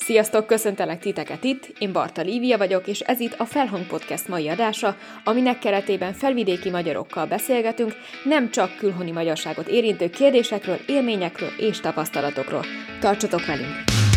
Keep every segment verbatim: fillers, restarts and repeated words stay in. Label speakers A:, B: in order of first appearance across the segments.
A: Sziasztok, köszöntelek titeket itt, én Barta Lívia vagyok, és ez itt a Felhang Podcast mai adása, aminek keretében felvidéki magyarokkal beszélgetünk, nem csak külhoni magyarságot érintő kérdésekről, élményekről és tapasztalatokról. Tartsatok velünk!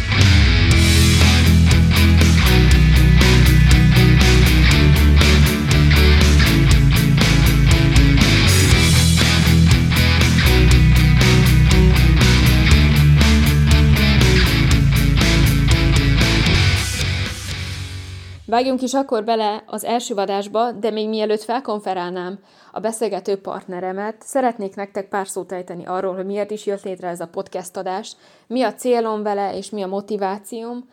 A: Vágjunk is akkor bele az első adásba, de még mielőtt felkonferálnám a beszélgető partneremet, szeretnék nektek pár szót ejteni arról, hogy miért is jött létre ez a podcast adás, mi a célom vele, és mi a motivációm.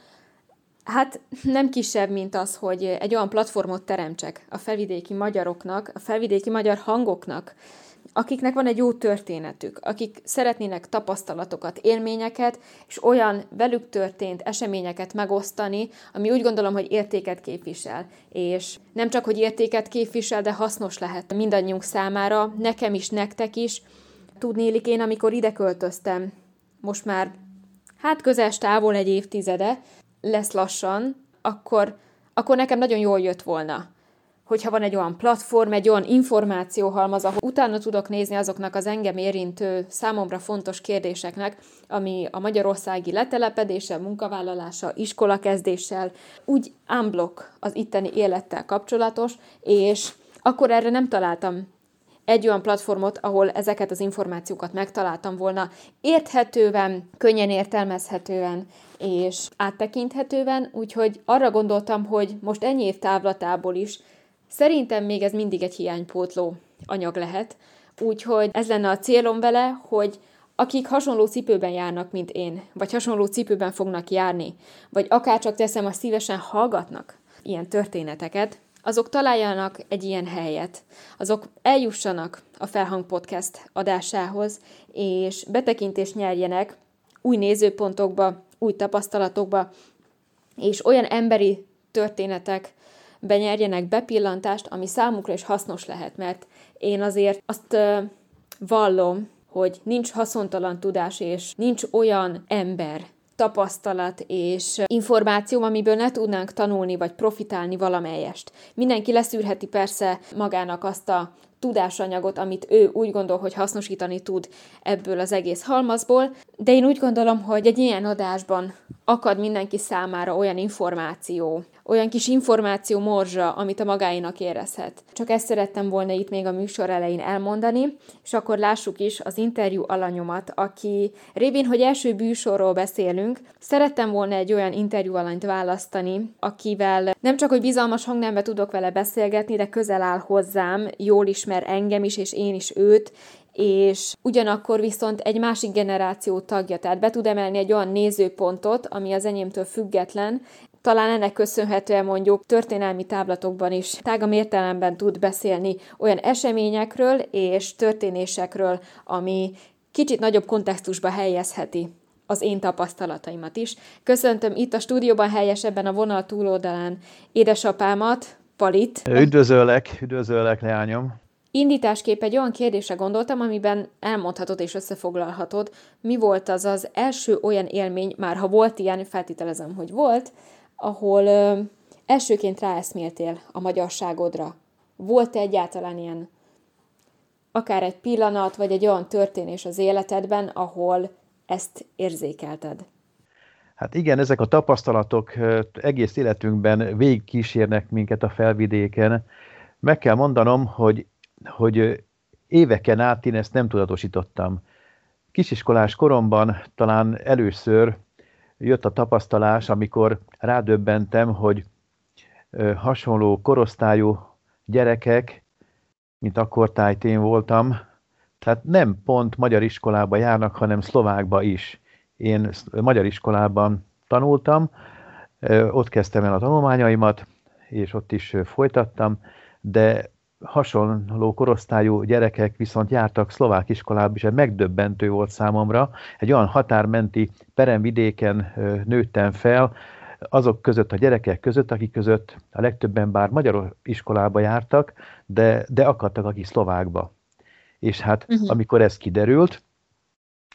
A: Hát nem kisebb, mint az, hogy egy olyan platformot teremtsek a felvidéki magyaroknak, a felvidéki magyar hangoknak, akiknek van egy jó történetük, akik szeretnének tapasztalatokat, élményeket, és olyan velük történt eseményeket megosztani, ami úgy gondolom, hogy értéket képvisel. És nem csak, hogy értéket képvisel, de hasznos lehet mindannyiunk számára, nekem is, nektek is. Tudnélik, én amikor ide költöztem, most már hát közel távol egy évtizede, lesz lassan, akkor, akkor nekem nagyon jól jött volna, hogyha van egy olyan platform, egy olyan információhalmaz, ahol utána tudok nézni azoknak az engem érintő, számomra fontos kérdéseknek, ami a magyarországi letelepedéssel, munkavállalással, iskolakezdéssel, úgy unblock az itteni élettel kapcsolatos, és akkor erre nem találtam egy olyan platformot, ahol ezeket az információkat megtaláltam volna érthetően, könnyen értelmezhetően és áttekinthetően, úgyhogy arra gondoltam, hogy most ennyi év távlatából is szerintem még ez mindig egy hiánypótló anyag lehet, úgyhogy ez lenne a célom vele, hogy akik hasonló cipőben járnak, mint én, vagy hasonló cipőben fognak járni, vagy akárcsak teszem, azt szívesen hallgatnak ilyen történeteket, azok találjanak egy ilyen helyet, azok eljussanak a Felhang Podcast adásához, és betekintést nyerjenek új nézőpontokba, új tapasztalatokba, és olyan emberi történetek benyerjenek bepillantást, ami számukra is hasznos lehet, mert én azért azt uh, vallom, hogy nincs haszontalan tudás, és nincs olyan ember, tapasztalat és információ, amiből ne tudnánk tanulni, vagy profitálni valamelyest. Mindenki leszűrheti persze magának azt a tudásanyagot, amit ő úgy gondol, hogy hasznosítani tud ebből az egész halmazból, de én úgy gondolom, hogy egy ilyen adásban akad mindenki számára olyan információ, olyan kis információ morzsa, amit a magáénak érezhet. Csak ezt szerettem volna itt még a műsor elején elmondani, és akkor lássuk is az interjú alanyomat, aki révén, hogy első bűsorról beszélünk, szerettem volna egy olyan interjú alanyt választani, akivel nem csak, hogy bizalmas hangnemben tudok vele beszélgetni, de közel áll hozzám, jól ismer engem is, és én is őt, és ugyanakkor viszont egy másik generáció tagja, tehát be tud emelni egy olyan nézőpontot, ami az enyémtől független, talán ennek köszönhetően mondjuk történelmi táblatokban is tágabb értelemben tud beszélni olyan eseményekről és történésekről, ami kicsit nagyobb kontextusba helyezheti az én tapasztalataimat is. Köszöntöm itt a stúdióban helyesebben a vonal túloldalán édesapámat, Palit.
B: Üdvözöllek, üdvözöllek, leányom.
A: Indításképp egy olyan kérdésre gondoltam, amiben elmondhatod és összefoglalhatod, mi volt az az első olyan élmény, már ha volt ilyen, feltételezem, hogy volt, ahol ö, elsőként ráeszméltél a magyarságodra. Volt-e egyáltalán ilyen, akár egy pillanat, vagy egy olyan történés az életedben, ahol ezt érzékelted?
B: Hát igen, ezek a tapasztalatok egész életünkben végigkísérnek minket a felvidéken. Meg kell mondanom, hogy, hogy éveken át én ezt nem tudatosítottam. Kisiskolás koromban talán először jött a tapasztalás, amikor rádöbbentem, hogy hasonló korosztályú gyerekek, mint akkortájt én voltam, tehát nem pont magyar iskolába járnak, hanem szlovákba is. Én magyar iskolában tanultam, ott kezdtem el a tanulmányaimat, és ott is folytattam, de hasonló korosztályú gyerekek viszont jártak szlovák iskolába, és megdöbbentő volt számomra. Egy olyan határmenti peremvidéken nőttem fel, azok között, a gyerekek között, akik között a legtöbben bár magyar iskolába jártak, de, de akadtak, akik szlovákba. És hát, uh-huh. amikor ez kiderült,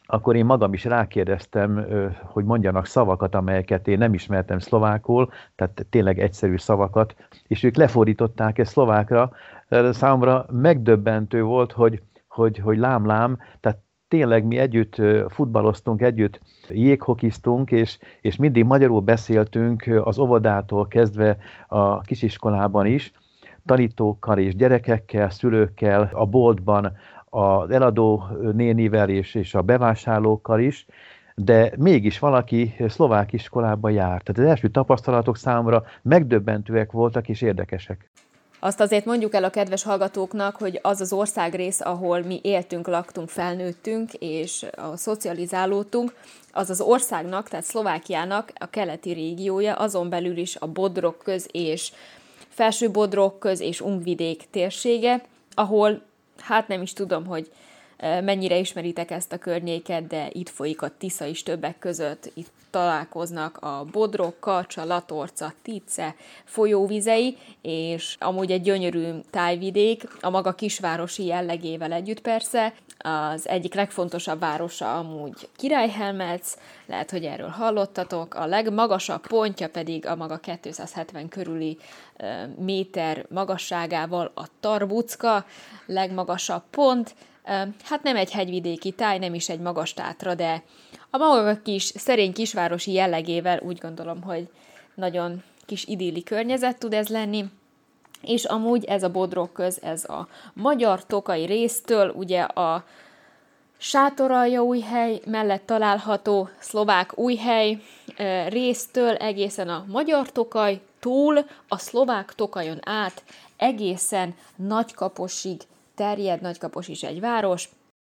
B: akkor én magam is rákérdeztem, hogy mondjanak szavakat, amelyeket én nem ismertem szlovákul, tehát tényleg egyszerű szavakat, és ők lefordították ezt szlovákra. Számomra megdöbbentő volt, hogy, hogy, hogy lám-lám, tehát tényleg mi együtt futballoztunk, együtt jéghokiztunk, és, és mindig magyarul beszéltünk az óvodától kezdve a kisiskolában is, tanítókkal és gyerekekkel, szülőkkel, a boltban, az eladó nénivel és, és a bevásárlókkal is, de mégis valaki szlovák iskolába járt. Tehát az első tapasztalatok számomra megdöbbentőek voltak és érdekesek.
A: Azt azért mondjuk el a kedves hallgatóknak, hogy az az országrész, ahol mi éltünk, laktunk, felnőttünk és a szocializálódtunk, az az országnak, tehát Szlovákiának a keleti régiója, azon belül is a Bodrog köz és Felső Bodrog köz és Ungvidék térsége, ahol, hát nem is tudom, hogy mennyire ismeritek ezt a környéket, de itt folyik a Tisza is többek között, itt találkoznak a Bodrog, Karcsa, Latorca, Tice folyóvizei, és amúgy egy gyönyörű tájvidék, a maga kisvárosi jellegével együtt persze. Az egyik legfontosabb városa amúgy Királyhelmec, lehet, hogy erről hallottatok, a legmagasabb pontja pedig a maga kétszázhetven körüli méter magasságával a Tarbucka, legmagasabb pont. Hát nem egy hegyvidéki táj, nem is egy magas tátra, de a maga kis, szerény kisvárosi jellegével úgy gondolom, hogy nagyon kis idilli környezet tud ez lenni. És amúgy ez a Bodrog köz, ez a magyar tokai résztől, ugye a Sátoraljaújhely mellett található szlovák Újhely résztől egészen a magyar tokaj túl, a szlovák tokajon át egészen Nagykaposig terjed, Nagykapos is egy város.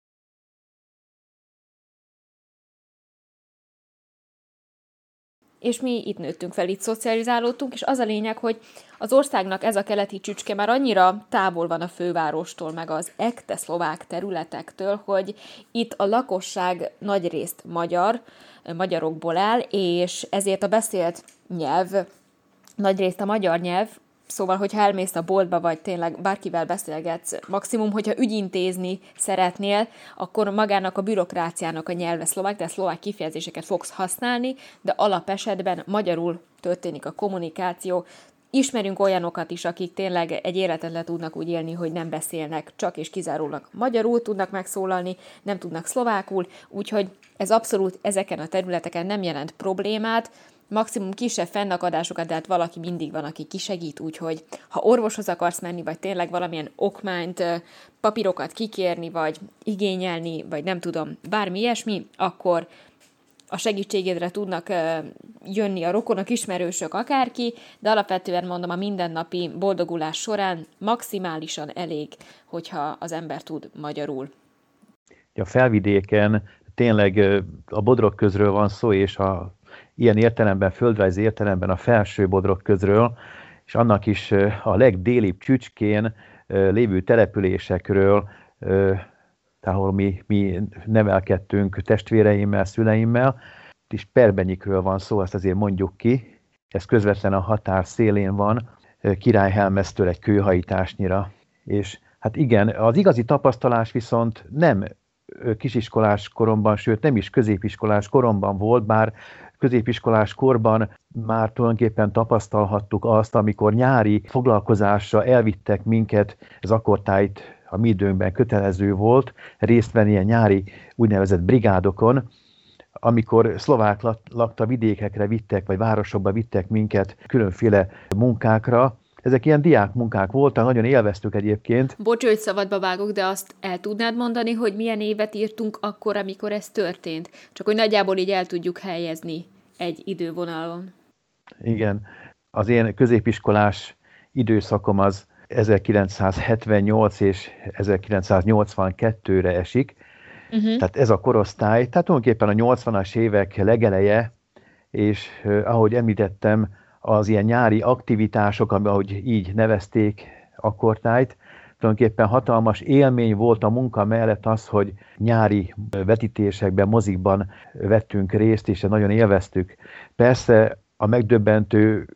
A: És mi itt nőttünk fel, itt szocializálódtunk, és az a lényeg, hogy az országnak ez a keleti csücske már annyira távol van a fővárostól, meg az ekte szlovák területektől, hogy itt a lakosság nagyrészt magyar, magyarokból áll, és ezért a beszélt nyelv, nagyrészt a magyar nyelv, szóval, hogyha elmész a boltba, vagy tényleg bárkivel beszélgetsz, maximum, hogyha ügyintézni szeretnél, akkor magának a bürokráciának a nyelve szlovák, de szlovák kifejezéseket fogsz használni, de alapesetben magyarul történik a kommunikáció. Ismerünk olyanokat is, akik tényleg egy életet le tudnak úgy élni, hogy nem beszélnek, csak és kizárólag magyarul tudnak megszólalni, nem tudnak szlovákul, úgyhogy ez abszolút ezeken a területeken nem jelent problémát, maximum kisebb fennakadásokat, de hát valaki mindig van, aki kisegít, úgyhogy ha orvoshoz akarsz menni, vagy tényleg valamilyen okmányt, papírokat kikérni, vagy igényelni, vagy nem tudom, bármi ilyesmi, akkor a segítségedre tudnak jönni a rokonok, ismerősök, akárki, de alapvetően mondom, a mindennapi boldogulás során maximálisan elég, hogyha az ember tud magyarul.
B: A felvidéken tényleg a Bodrog közről van szó, és a ilyen értelemben, földrajzi értelemben a Felső Bodrog közről, és annak is a legdélibb csücskén lévő településekről, ahol mi, mi nevelkedtünk testvéreimmel, szüleimmel, és Perbenyikről van szó, ezt azért mondjuk ki, ez közvetlen a határ szélén van, Királyhelmeztől egy kőhajításnyira. És hát igen, az igazi tapasztalás viszont nem kisiskolás koromban, sőt nem is középiskolás koromban volt, bár középiskolás korban már tulajdonképpen tapasztalhattuk azt, amikor nyári foglalkozásra elvittek minket, ez akkortájt a mi időnkben kötelező volt, részt venni ilyen nyári úgynevezett brigádokon, amikor szlovák lakta vidékekre vittek, vagy városokba vittek minket különféle munkákra. Ezek ilyen diákmunkák voltak, nagyon élveztük egyébként.
A: Bocs, hogy szabadba vágok, de azt el tudnád mondani, hogy milyen évet írtunk akkor, amikor ez történt? Csak hogy nagyjából így el tudjuk helyezni egy idővonalon.
B: Igen. Az én középiskolás időszakom az ezerkilencszázhetvennyolc és ezerkilencszáznyolcvankettőre esik. Uh-huh. Tehát ez a korosztály, tehát tulajdonképpen a nyolcvanas évek legeleje, és eh, ahogy említettem, az ilyen nyári aktivitások, ahogy így nevezték akkortájt, tulajdonképpen hatalmas élmény volt a munka mellett az, hogy nyári vetítésekben, mozikban vettünk részt, és nagyon élveztük. Persze a megdöbbentő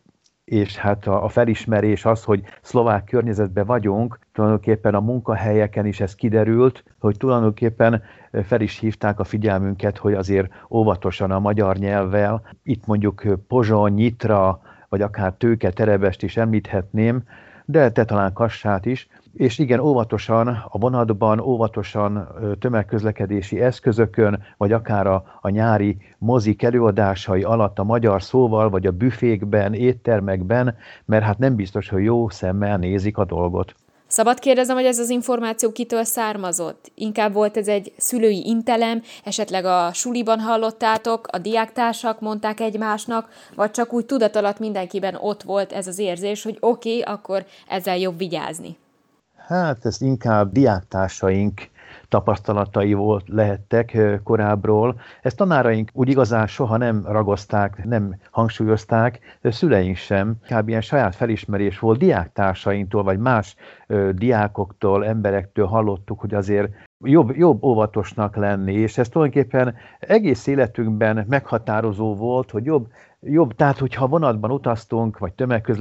B: és hát a, a felismerés az, hogy szlovák környezetben vagyunk, tulajdonképpen a munkahelyeken is ez kiderült, hogy tulajdonképpen fel is hívták a figyelmünket, hogy azért óvatosan a magyar nyelvvel, itt mondjuk Pozsony, Nyitra, vagy akár Tőke, Terebest is említhetném, de te talán Kassát is, és igen, óvatosan a vonatban, óvatosan tömegközlekedési eszközökön, vagy akár a, a nyári mozik előadásai alatt a magyar szóval, vagy a büfékben, éttermekben, mert hát nem biztos, hogy jó szemmel nézik a dolgot.
A: Szabad kérdezem, hogy ez az információ kitől származott? Inkább volt ez egy szülői intelem, esetleg a suliban hallottátok, a diáktársak mondták egymásnak, vagy csak úgy tudat alatt mindenkiben ott volt ez az érzés, hogy oké, okay, akkor ezzel jobb vigyázni?
B: Hát ez inkább diáktársaink tapasztalatai volt, lehettek korábbról. Ezt tanáraink úgy igazán soha nem ragozták, nem hangsúlyozták, szüleink sem. Inkább ilyen saját felismerés volt diáktársainktól, vagy más ö, diákoktól, emberektől hallottuk, hogy azért jobb, jobb óvatosnak lenni, és ez tulajdonképpen egész életünkben meghatározó volt, hogy jobb, jobb, tehát hogyha vonatban utaztunk, vagy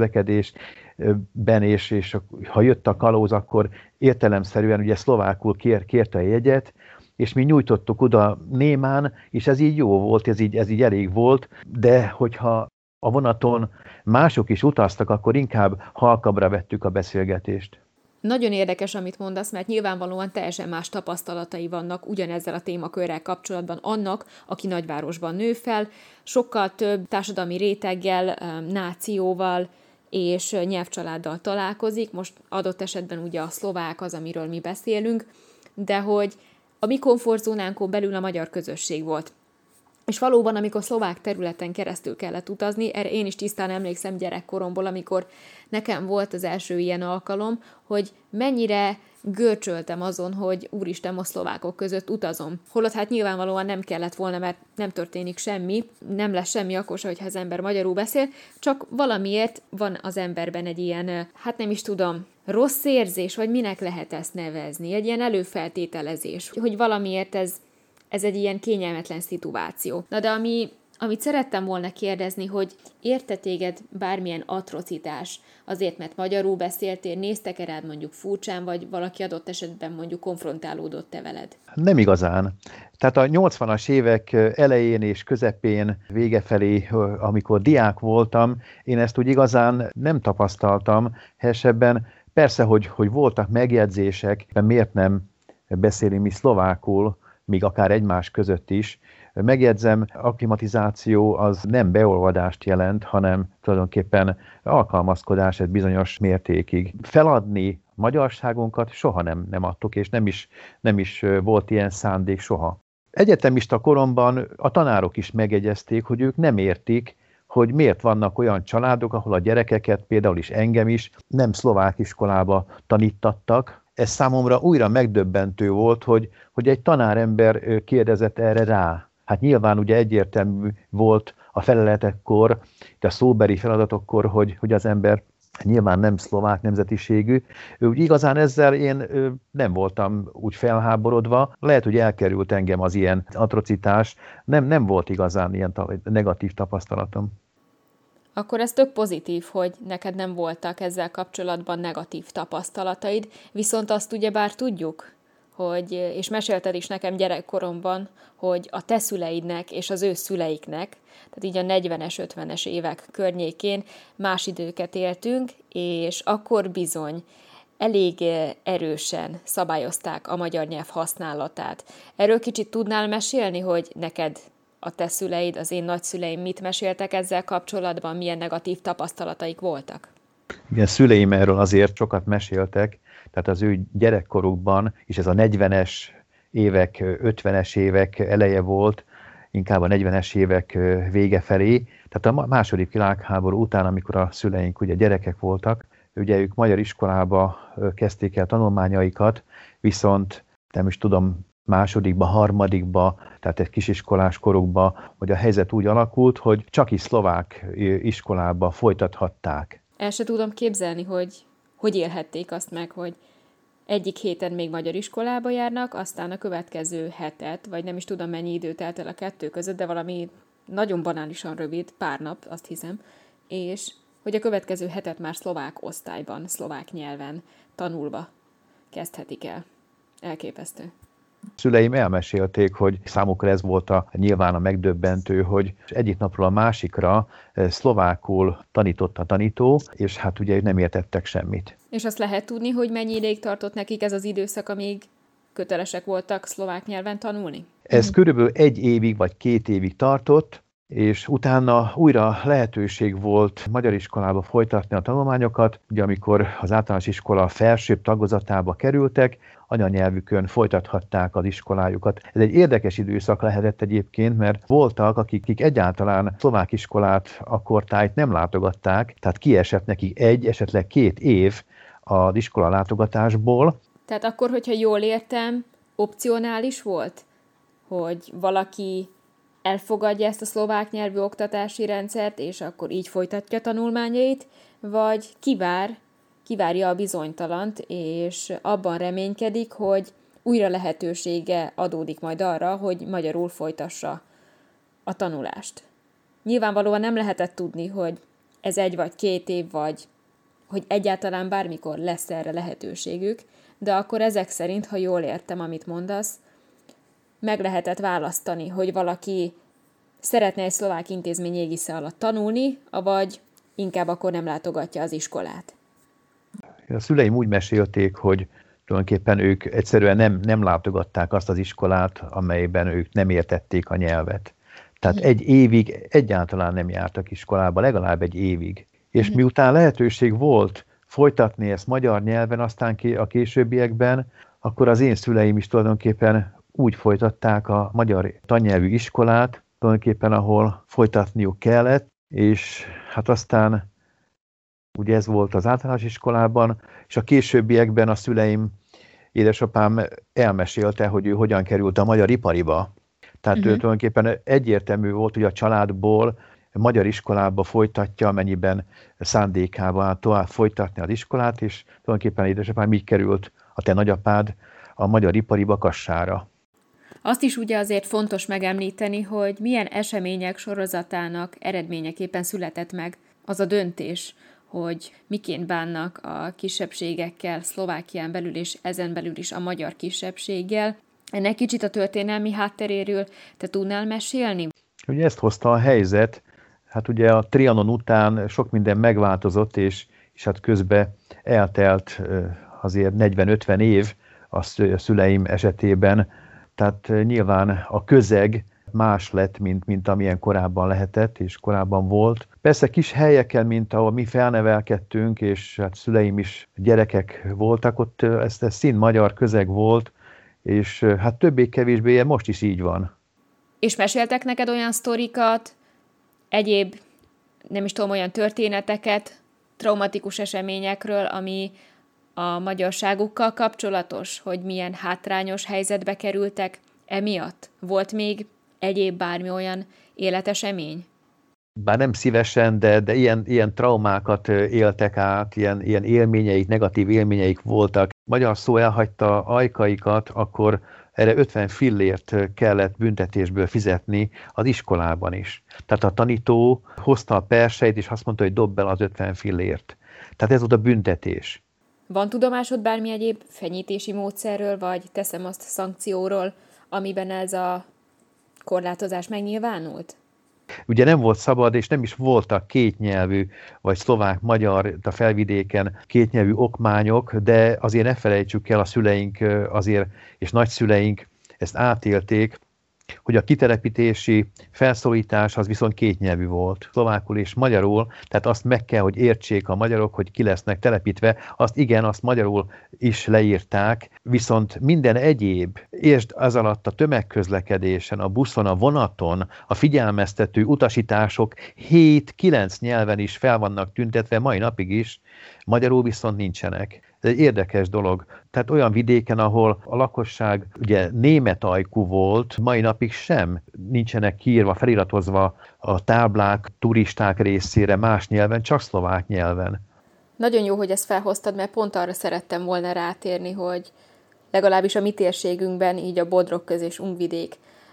B: tömegközlekedésben, és, és ha jött a kalóz, akkor értelemszerűen ugye szlovákul kér, kérte a jegyet, és mi nyújtottuk oda némán, és ez így jó volt, ez így, ez így elég volt, de hogyha a vonaton mások is utaztak, akkor inkább halkabbra vettük a beszélgetést.
A: Nagyon érdekes, amit mondasz, mert nyilvánvalóan teljesen más tapasztalatai vannak ugyanezzel a témakörrel kapcsolatban annak, aki nagyvárosban nő fel, sokkal több társadalmi réteggel, nációval és nyelvcsaláddal találkozik. Most adott esetben ugye a szlovák az, amiről mi beszélünk, de hogy a mi komfortzónánkon belül a magyar közösség volt. És valóban, amikor szlovák területen keresztül kellett utazni, erre én is tisztán emlékszem gyerekkoromból, amikor nekem volt az első ilyen alkalom, hogy mennyire görcsöltem azon, hogy úristen, most szlovákok között utazom. Holott hát nyilvánvalóan nem kellett volna, mert nem történik semmi, nem lesz semmi akkor se, hogyha az ember magyarul beszél, csak valamiért van az emberben egy ilyen, hát nem is tudom, rossz érzés, vagy minek lehet ezt nevezni, egy ilyen előfeltételezés, hogy valamiért ez Ez egy ilyen kényelmetlen szituáció. Na de ami, amit szerettem volna kérdezni, hogy érte téged bármilyen atrocitás azért, mert magyarul beszéltél, néztek-e rád mondjuk furcsán, vagy valaki adott esetben mondjuk konfrontálódott-e veled?
B: Nem igazán. Tehát a nyolcvanas évek elején és közepén, vége felé, amikor diák voltam, én ezt úgy igazán nem tapasztaltam. Helyesebben persze, hogy, hogy voltak megjegyzések, miért nem beszélünk mi szlovákul, még akár egymás között is. Megjegyzem, akklimatizáció az nem beolvadást jelent, hanem tulajdonképpen alkalmazkodás egy bizonyos mértékig. Feladni magyarságunkat soha nem, nem adtuk, és nem is, nem is volt ilyen szándék soha. Egyetemista koromban a tanárok is megjegyezték, hogy ők nem értik, hogy miért vannak olyan családok, ahol a gyerekeket, például is engem is, nem szlovák iskolába tanítattak. Ez számomra újra megdöbbentő volt, hogy, hogy egy tanárember kérdezett erre rá. Hát nyilván ugye egyértelmű volt a feleletekkor, a szóbeli feladatokkor, hogy, hogy az ember nyilván nem szlovák nemzetiségű. Úgy igazán ezzel én nem voltam úgy felháborodva. Lehet, hogy elkerült engem az ilyen atrocitás. Nem, nem volt igazán ilyen negatív tapasztalatom.
A: Akkor ez tök pozitív, hogy neked nem voltak ezzel kapcsolatban negatív tapasztalataid, viszont azt ugyebár tudjuk, hogy, és mesélted is nekem gyerekkoromban, hogy a te szüleidnek és az ő szüleiknek, tehát így a negyvenes, ötvenes évek környékén más időket éltünk, és akkor bizony elég erősen szabályozták a magyar nyelv használatát. Erről kicsit tudnál mesélni, hogy neked a te szüleid, az én nagyszüleim mit meséltek ezzel kapcsolatban, milyen negatív tapasztalataik voltak?
B: Igen, szüleim erről azért sokat meséltek, tehát az ő gyerekkorukban, és ez a negyvenes évek, ötvenes évek eleje volt, inkább a negyvenes évek vége felé, tehát a második világháború után, amikor a szüleink ugye gyerekek voltak, ugye ők magyar iskolába kezdték el tanulmányaikat, viszont nem is tudom, másodikba, harmadikba, tehát egy kisiskolás korukba, hogy a helyzet úgy alakult, hogy csak is szlovák iskolába folytathatták.
A: El se tudom képzelni, hogy hogy élhették azt meg, hogy egyik héten még magyar iskolába járnak, aztán a következő hetet, vagy nem is tudom mennyi idő telt el a kettő között, de valami nagyon banálisan rövid, pár nap, azt hiszem, és hogy a következő hetet már szlovák osztályban, szlovák nyelven tanulva kezdhetik el. Elképesztő.
B: Szüleim elmesélték, hogy számukra ez volt a, nyilván a megdöbbentő, hogy egyik napról a másikra szlovákul tanított a tanító, és hát ugye nem értettek semmit.
A: És azt lehet tudni, hogy mennyi ideig tartott nekik ez az időszak, amíg kötelesek voltak szlovák nyelven tanulni?
B: Ez mm. körülbelül egy évig vagy két évig tartott, és utána újra lehetőség volt magyar iskolába folytatni a tanulmányokat, ugye amikor az általános iskola felsőbb tagozatába kerültek, anyanyelvükön folytathatták az iskolájukat. Ez egy érdekes időszak lehetett egyébként, mert voltak, akik, akik egyáltalán szlovák iskolát akkortájt nem látogatták, tehát kiesett nekik egy, esetleg két év az iskola látogatásból.
A: Tehát akkor, hogyha jól értem, opcionális volt, hogy valaki elfogadja ezt a szlovák nyelvű oktatási rendszert, és akkor így folytatja tanulmányait, vagy kivár, kivárja a bizonytalant, és abban reménykedik, hogy újra lehetősége adódik majd arra, hogy magyarul folytassa a tanulást. Nyilvánvalóan nem lehetett tudni, hogy ez egy vagy két év, vagy hogy egyáltalán bármikor lesz erre lehetőségük, de akkor ezek szerint, ha jól értem, amit mondasz, meg lehetett választani, hogy valaki szeretne egy szlovák intézmény égisze alatt tanulni, vagy inkább akkor nem látogatja az iskolát.
B: A szüleim úgy mesélték, hogy tulajdonképpen ők egyszerűen nem, nem látogatták azt az iskolát, amelyben ők nem értették a nyelvet. Tehát egy évig egyáltalán nem jártak iskolába, legalább egy évig. És miután lehetőség volt folytatni ezt magyar nyelven, aztán a későbbiekben, akkor az én szüleim is tulajdonképpen úgy folytatták a magyar tannyelvű iskolát, tulajdonképpen ahol folytatniuk kellett, és hát aztán ugye ez volt az általános iskolában, és a későbbiekben a szüleim, édesapám elmesélte, hogy ő hogyan került a magyar ipariba. Tehát uh-huh. ő tulajdonképpen egyértelmű volt, hogy a családból magyar iskolába folytatja, amennyiben szándékában áll tovább folytatni az iskolát, és tulajdonképpen édesapám így került a te nagyapád a magyar ipariba Kassára.
A: Azt is ugye azért fontos megemlíteni, hogy milyen események sorozatának eredményeképpen született meg az a döntés, hogy miként bánnak a kisebbségekkel Szlovákián belül és ezen belül is a magyar kisebbséggel. Ennek kicsit a történelmi hátteréről te tudnál mesélni?
B: Ugye ezt hozta a helyzet, hát ugye a Trianon után sok minden megváltozott, és, és hát közben eltelt azért negyven-ötven év a szüleim esetében, tehát nyilván a közeg más lett, mint, mint amilyen korábban lehetett, és korábban volt. Persze kis helyeken, mint ahol mi felnevelkedtünk, és hát szüleim is gyerekek voltak, ott ez, ez szín magyar közeg volt, és hát többé-kevésbé most is így van.
A: És meséltek neked olyan sztorikat, egyéb, nem is tudom, olyan történeteket, traumatikus eseményekről, ami a magyarságukkal kapcsolatos, hogy milyen hátrányos helyzetbe kerültek emiatt? Volt még egyéb bármi olyan életesemény?
B: Bár nem szívesen, de, de ilyen, ilyen traumákat éltek át, ilyen, ilyen élményeik, negatív élményeik voltak. Magyar szó elhagyta ajkaikat, akkor erre ötven fillért kellett büntetésből fizetni az iskolában is. Tehát a tanító hozta a perseit, és azt mondta, hogy dob el az ötven fillért. Tehát ez volt a büntetés.
A: Van tudomásod bármi egyéb fenyítési módszerről, vagy teszem azt szankcióról, amiben ez a korlátozás megnyilvánult?
B: Ugye nem volt szabad, és nem is voltak kétnyelvű, vagy szlovák-magyar a felvidéken kétnyelvű okmányok, de azért ne felejtsük el, a szüleink azért, és nagyszüleink ezt átélték, hogy a kitelepítési felszólítás az viszont kétnyelvű volt, szlovákul és magyarul, tehát azt meg kell, hogy értsék a magyarok, hogy ki lesznek telepítve, azt igen, azt magyarul is leírták, viszont minden egyéb, értsd az alatt a tömegközlekedésen, a buszon, a vonaton, a figyelmeztető utasítások hét-kilenc nyelven is fel vannak tüntetve, mai napig is, magyarul viszont nincsenek. Ez egy érdekes dolog. Tehát olyan vidéken, ahol a lakosság ugye német ajkú volt, mai napig sem nincsenek kiírva, feliratozva a táblák turisták részére más nyelven, csak szlovák nyelven.
A: Nagyon jó, hogy ezt felhoztad, mert pont arra szerettem volna rátérni, hogy legalábbis a mi térségünkben, így a Bodrogköz és Ungvidék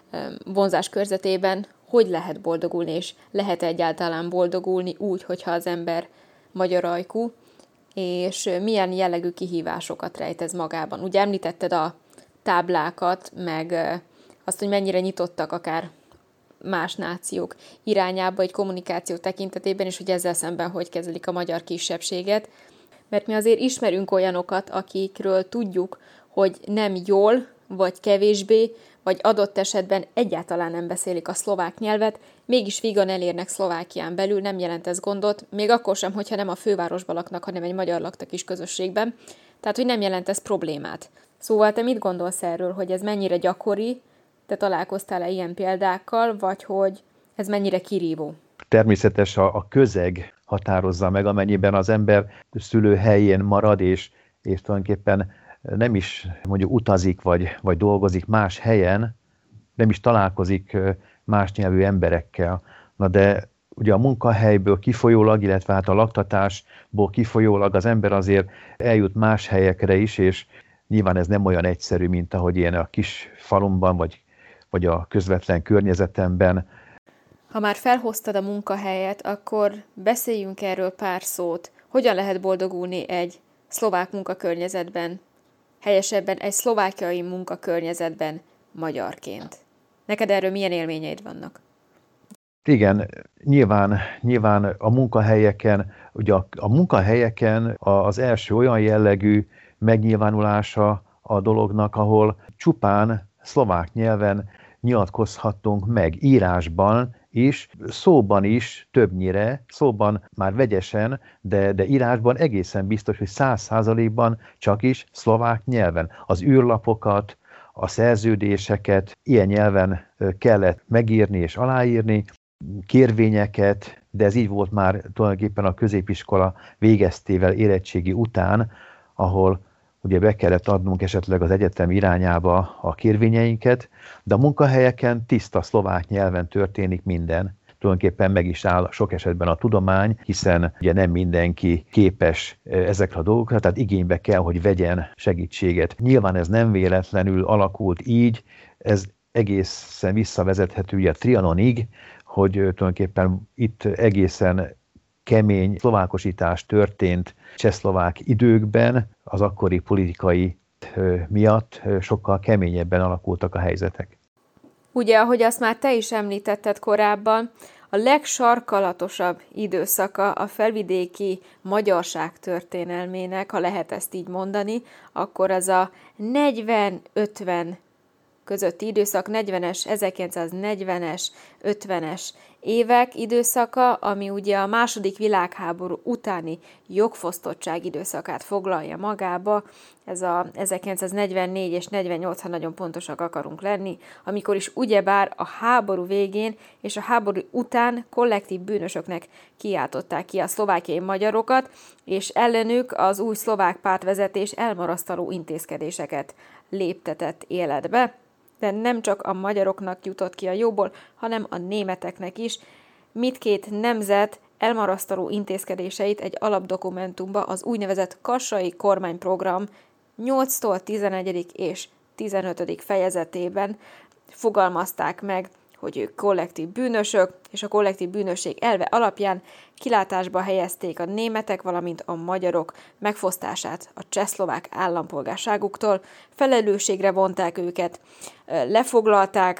A: vonzás körzetében, hogy lehet boldogulni, és lehet egyáltalán boldogulni úgy, hogyha az ember magyar ajkú, és milyen jellegű kihívásokat rejt ez magában. Ugye említetted a táblákat, meg azt, hogy mennyire nyitottak akár más nációk irányába egy kommunikáció tekintetében, és hogy ezzel szemben hogy kezelik a magyar kisebbséget. Mert mi azért ismerünk olyanokat, akikről tudjuk, hogy nem jól, vagy kevésbé, vagy adott esetben egyáltalán nem beszélik a szlovák nyelvet, mégis vígan elérnek Szlovákián belül, nem jelent ez gondot, még akkor sem, hogyha nem a fővárosban laknak, hanem egy magyar lakta kis közösségben. Tehát, hogy nem jelent ez problémát. Szóval te mit gondolsz erről, hogy ez mennyire gyakori, te találkoztál-e ilyen példákkal, vagy hogy ez mennyire kirívó?
B: Természetes a, a közeg határozza meg, amennyiben az ember szülőhelyén marad, és, és tulajdonképpen nem is mondjuk utazik, vagy, vagy dolgozik más helyen, nem is találkozik más nyelvű emberekkel. Na de ugye a munkahelyből kifolyólag, illetve hát a laktatásból kifolyólag az ember azért eljut más helyekre is, és nyilván ez nem olyan egyszerű, mint ahogy ilyen a kis falumban, vagy, vagy a közvetlen környezetemben.
A: Ha már felhoztad a munkahelyet, akkor beszéljünk erről pár szót. Hogyan lehet boldogulni egy szlovák munkakörnyezetben, helyesebben egy szlovákiai munkakörnyezetben magyarként? Neked erről milyen élményeid vannak?
B: Igen, nyilván, nyilván a munkahelyeken, ugye a, a munkahelyeken az első olyan jellegű megnyilvánulása a dolognak, ahol csupán szlovák nyelven nyilatkozhatunk meg írásban is, szóban is többnyire, szóban már vegyesen, de, de írásban egészen biztos, hogy száz százalékban csak is szlovák nyelven. Az űrlapokat, a szerződéseket ilyen nyelven kellett megírni és aláírni, kérvényeket, de ez így volt már tulajdonképpen a középiskola végeztével, érettségi után, ahol ugye be kellett adnunk esetleg az egyetem irányába a kérvényeinket, de a munkahelyeken tiszta szlovák nyelven történik minden. Tulajdonképpen meg is áll sok esetben a tudomány, hiszen ugye nem mindenki képes ezekre a dolgokra, tehát igénybe kell, hogy vegyen segítséget. Nyilván ez nem véletlenül alakult így, ez egészen visszavezethető ugye a Trianonig, hogy tulajdonképpen itt egészen kemény szlovákosítás történt csehszlovák időkben, az akkori politikai miatt sokkal keményebben alakultak a helyzetek.
A: Ugye, ahogy azt már te is említetted korábban, a legsarkalatosabb időszaka a felvidéki magyarság történelmének, ha lehet ezt így mondani, akkor az a negyven-ötven közötti időszak, negyvenes, ezerkilencszáznegyvenes, ötvenes évek időszaka, ami ugye a második világháború utáni jogfosztottság időszakát foglalja magába. Ez a ezerkilencszáznegyvennégy és negyvennyolc, ha nagyon pontosak akarunk lenni, amikor is ugyebár a háború végén és a háború után kollektív bűnösöknek kiáltották ki a szlovákiai magyarokat, és ellenük az új szlovák pártvezetés elmarasztaló intézkedéseket léptetett életbe. De nem csak a magyaroknak jutott ki a jóból, hanem a németeknek is. Mindkét nemzet elmarasztaló intézkedéseit egy alapdokumentumba, az úgynevezett kassai kormányprogram nyolctól tizenegyedik és tizenötödik fejezetében fogalmazták meg, hogy ők kollektív bűnösök, és a kollektív bűnösség elve alapján kilátásba helyezték a németek, valamint a magyarok megfosztását a csehszlovák állampolgárságuktól, felelősségre vonták őket, lefoglalták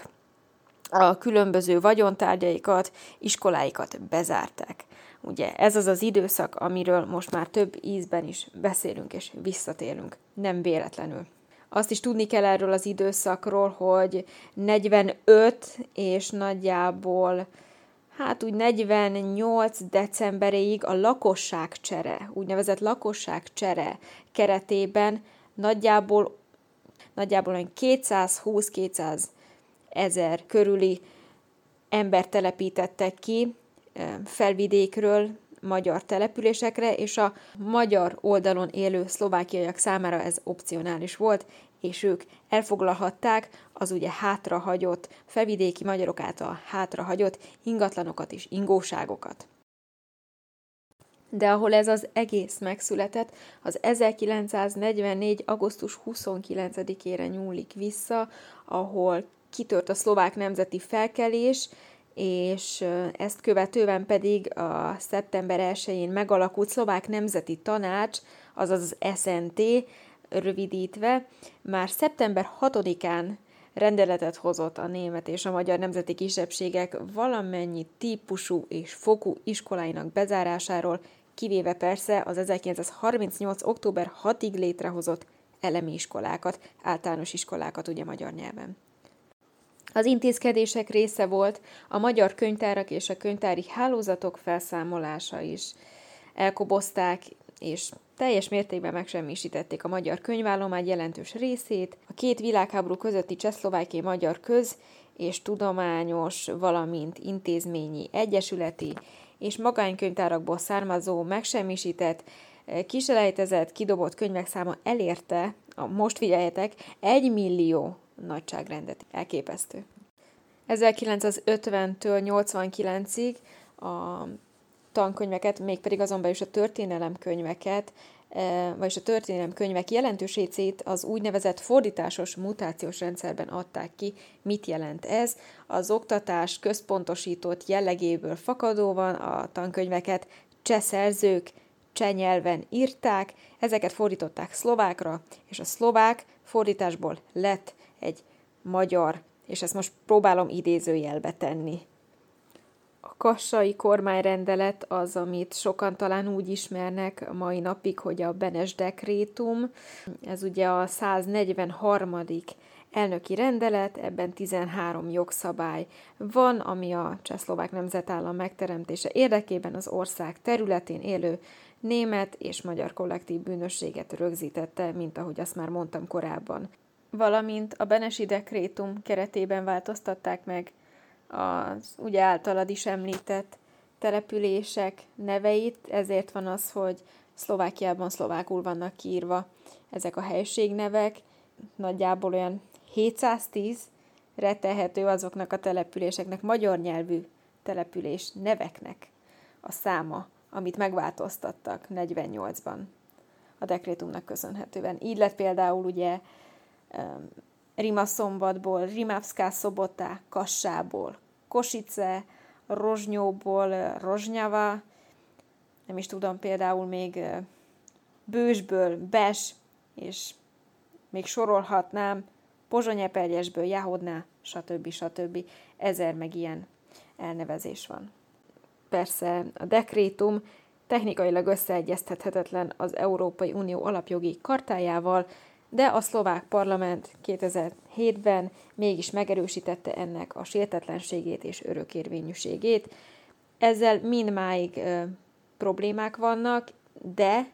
A: a különböző vagyontárgyaikat, iskoláikat bezárták. Ugye ez az az időszak, amiről most már több ízben is beszélünk és visszatérünk, nem véletlenül. Azt is tudni kell erről az időszakról, hogy negyvenöt és nagyjából, hát úgy negyvennyolc decemberéig a lakosságcsere, úgynevezett lakosságcsere keretében nagyjából, nagyjából kétszázhúsz-kétszáz ezer körüli embert telepítettek ki felvidékről magyar településekre, és a magyar oldalon élő szlovákiaiak számára ez opcionális volt, és ők elfoglalhatták az ugye hátrahagyott, felvidéki magyarok által hátrahagyott ingatlanokat és ingóságokat. De ahol ez az egész megszületett, az ezerkilencszáznegyvennégy. augusztus huszonkilencedikére nyúlik vissza, ahol kitört a szlovák nemzeti felkelés, és ezt követően pedig a szeptember elsején megalakult Szlovák Nemzeti Tanács, azaz az es en té rövidítve, már szeptember hatodikán rendeletet hozott a német és a magyar nemzeti kisebbségek valamennyi típusú és fokú iskoláinak bezárásáról, kivéve persze az ezerkilencszázharmincnyolc. október hatodikáig létrehozott elemi iskolákat, általános iskolákat ugye magyar nyelven. Az intézkedések része volt a magyar könyvtárak és a könyvtári hálózatok felszámolása is. Elkobozták és teljes mértékben megsemmisítették a magyar könyvállomány jelentős részét, a két világháború közötti csehszlovákiai magyar köz- és tudományos, valamint intézményi, egyesületi és magánkönyvtárakból származó, megsemmisített, kiselejtezett, kidobott könyvek száma elérte, a, most figyeljetek, egy millió nagyságrendet. Elképesztő. ezerkilencszázötventől nyolcvankilencig a tankönyveket, mégpedig azon belül is a történelemkönyveket, vagyis a történelemkönyvek jelentős részét az úgynevezett fordításos mutációs rendszerben adták ki. Mit jelent ez? Az oktatás központosított jellegéből fakadóan a tankönyveket cseh szerzők cseh nyelven írták, ezeket fordították szlovákra, és a szlovák fordításból lett egy magyar, és ezt most próbálom idézőjelbe tenni. A kassai kormányrendelet az, amit sokan talán úgy ismernek mai napig, hogy a Benes dekrétum. Ez ugye a száznegyvenharmadik elnöki rendelet, ebben tizenhárom jogszabály van, ami a csehszlovák nemzetállam megteremtése érdekében az ország területén élő német és magyar kollektív bűnösséget rögzítette, mint ahogy azt már mondtam korábban. Valamint a Benesi dekrétum keretében változtatták meg az ugye általad is említett települések neveit, ezért van az, hogy Szlovákiában szlovákul vannak kiírva ezek a helységnevek, nagyjából olyan hétszáztízre tehető azoknak a településeknek, magyar nyelvű település neveknek a száma, amit megváltoztattak negyvennyolcban a dekrétumnak köszönhetően. Így lett például ugye um, Rimaszombatból, Rimavská Sobota, Kassából, Kosice, Rozsnyóból, Rozsnyava, nem is tudom, például még Bősből, Bes, és még sorolhatnám, Pozsonyepelgyesből, Jahodná, stb. stb. Ezer meg ilyen elnevezés van. Persze a dekrétum technikailag összeegyeztethetetlen az Európai Unió alapjogi kartájával, de a szlovák parlament kétezer-hétben mégis megerősítette ennek a sértetlenségét és örökérvényűségét. Ezzel mindmáig ö, problémák vannak, de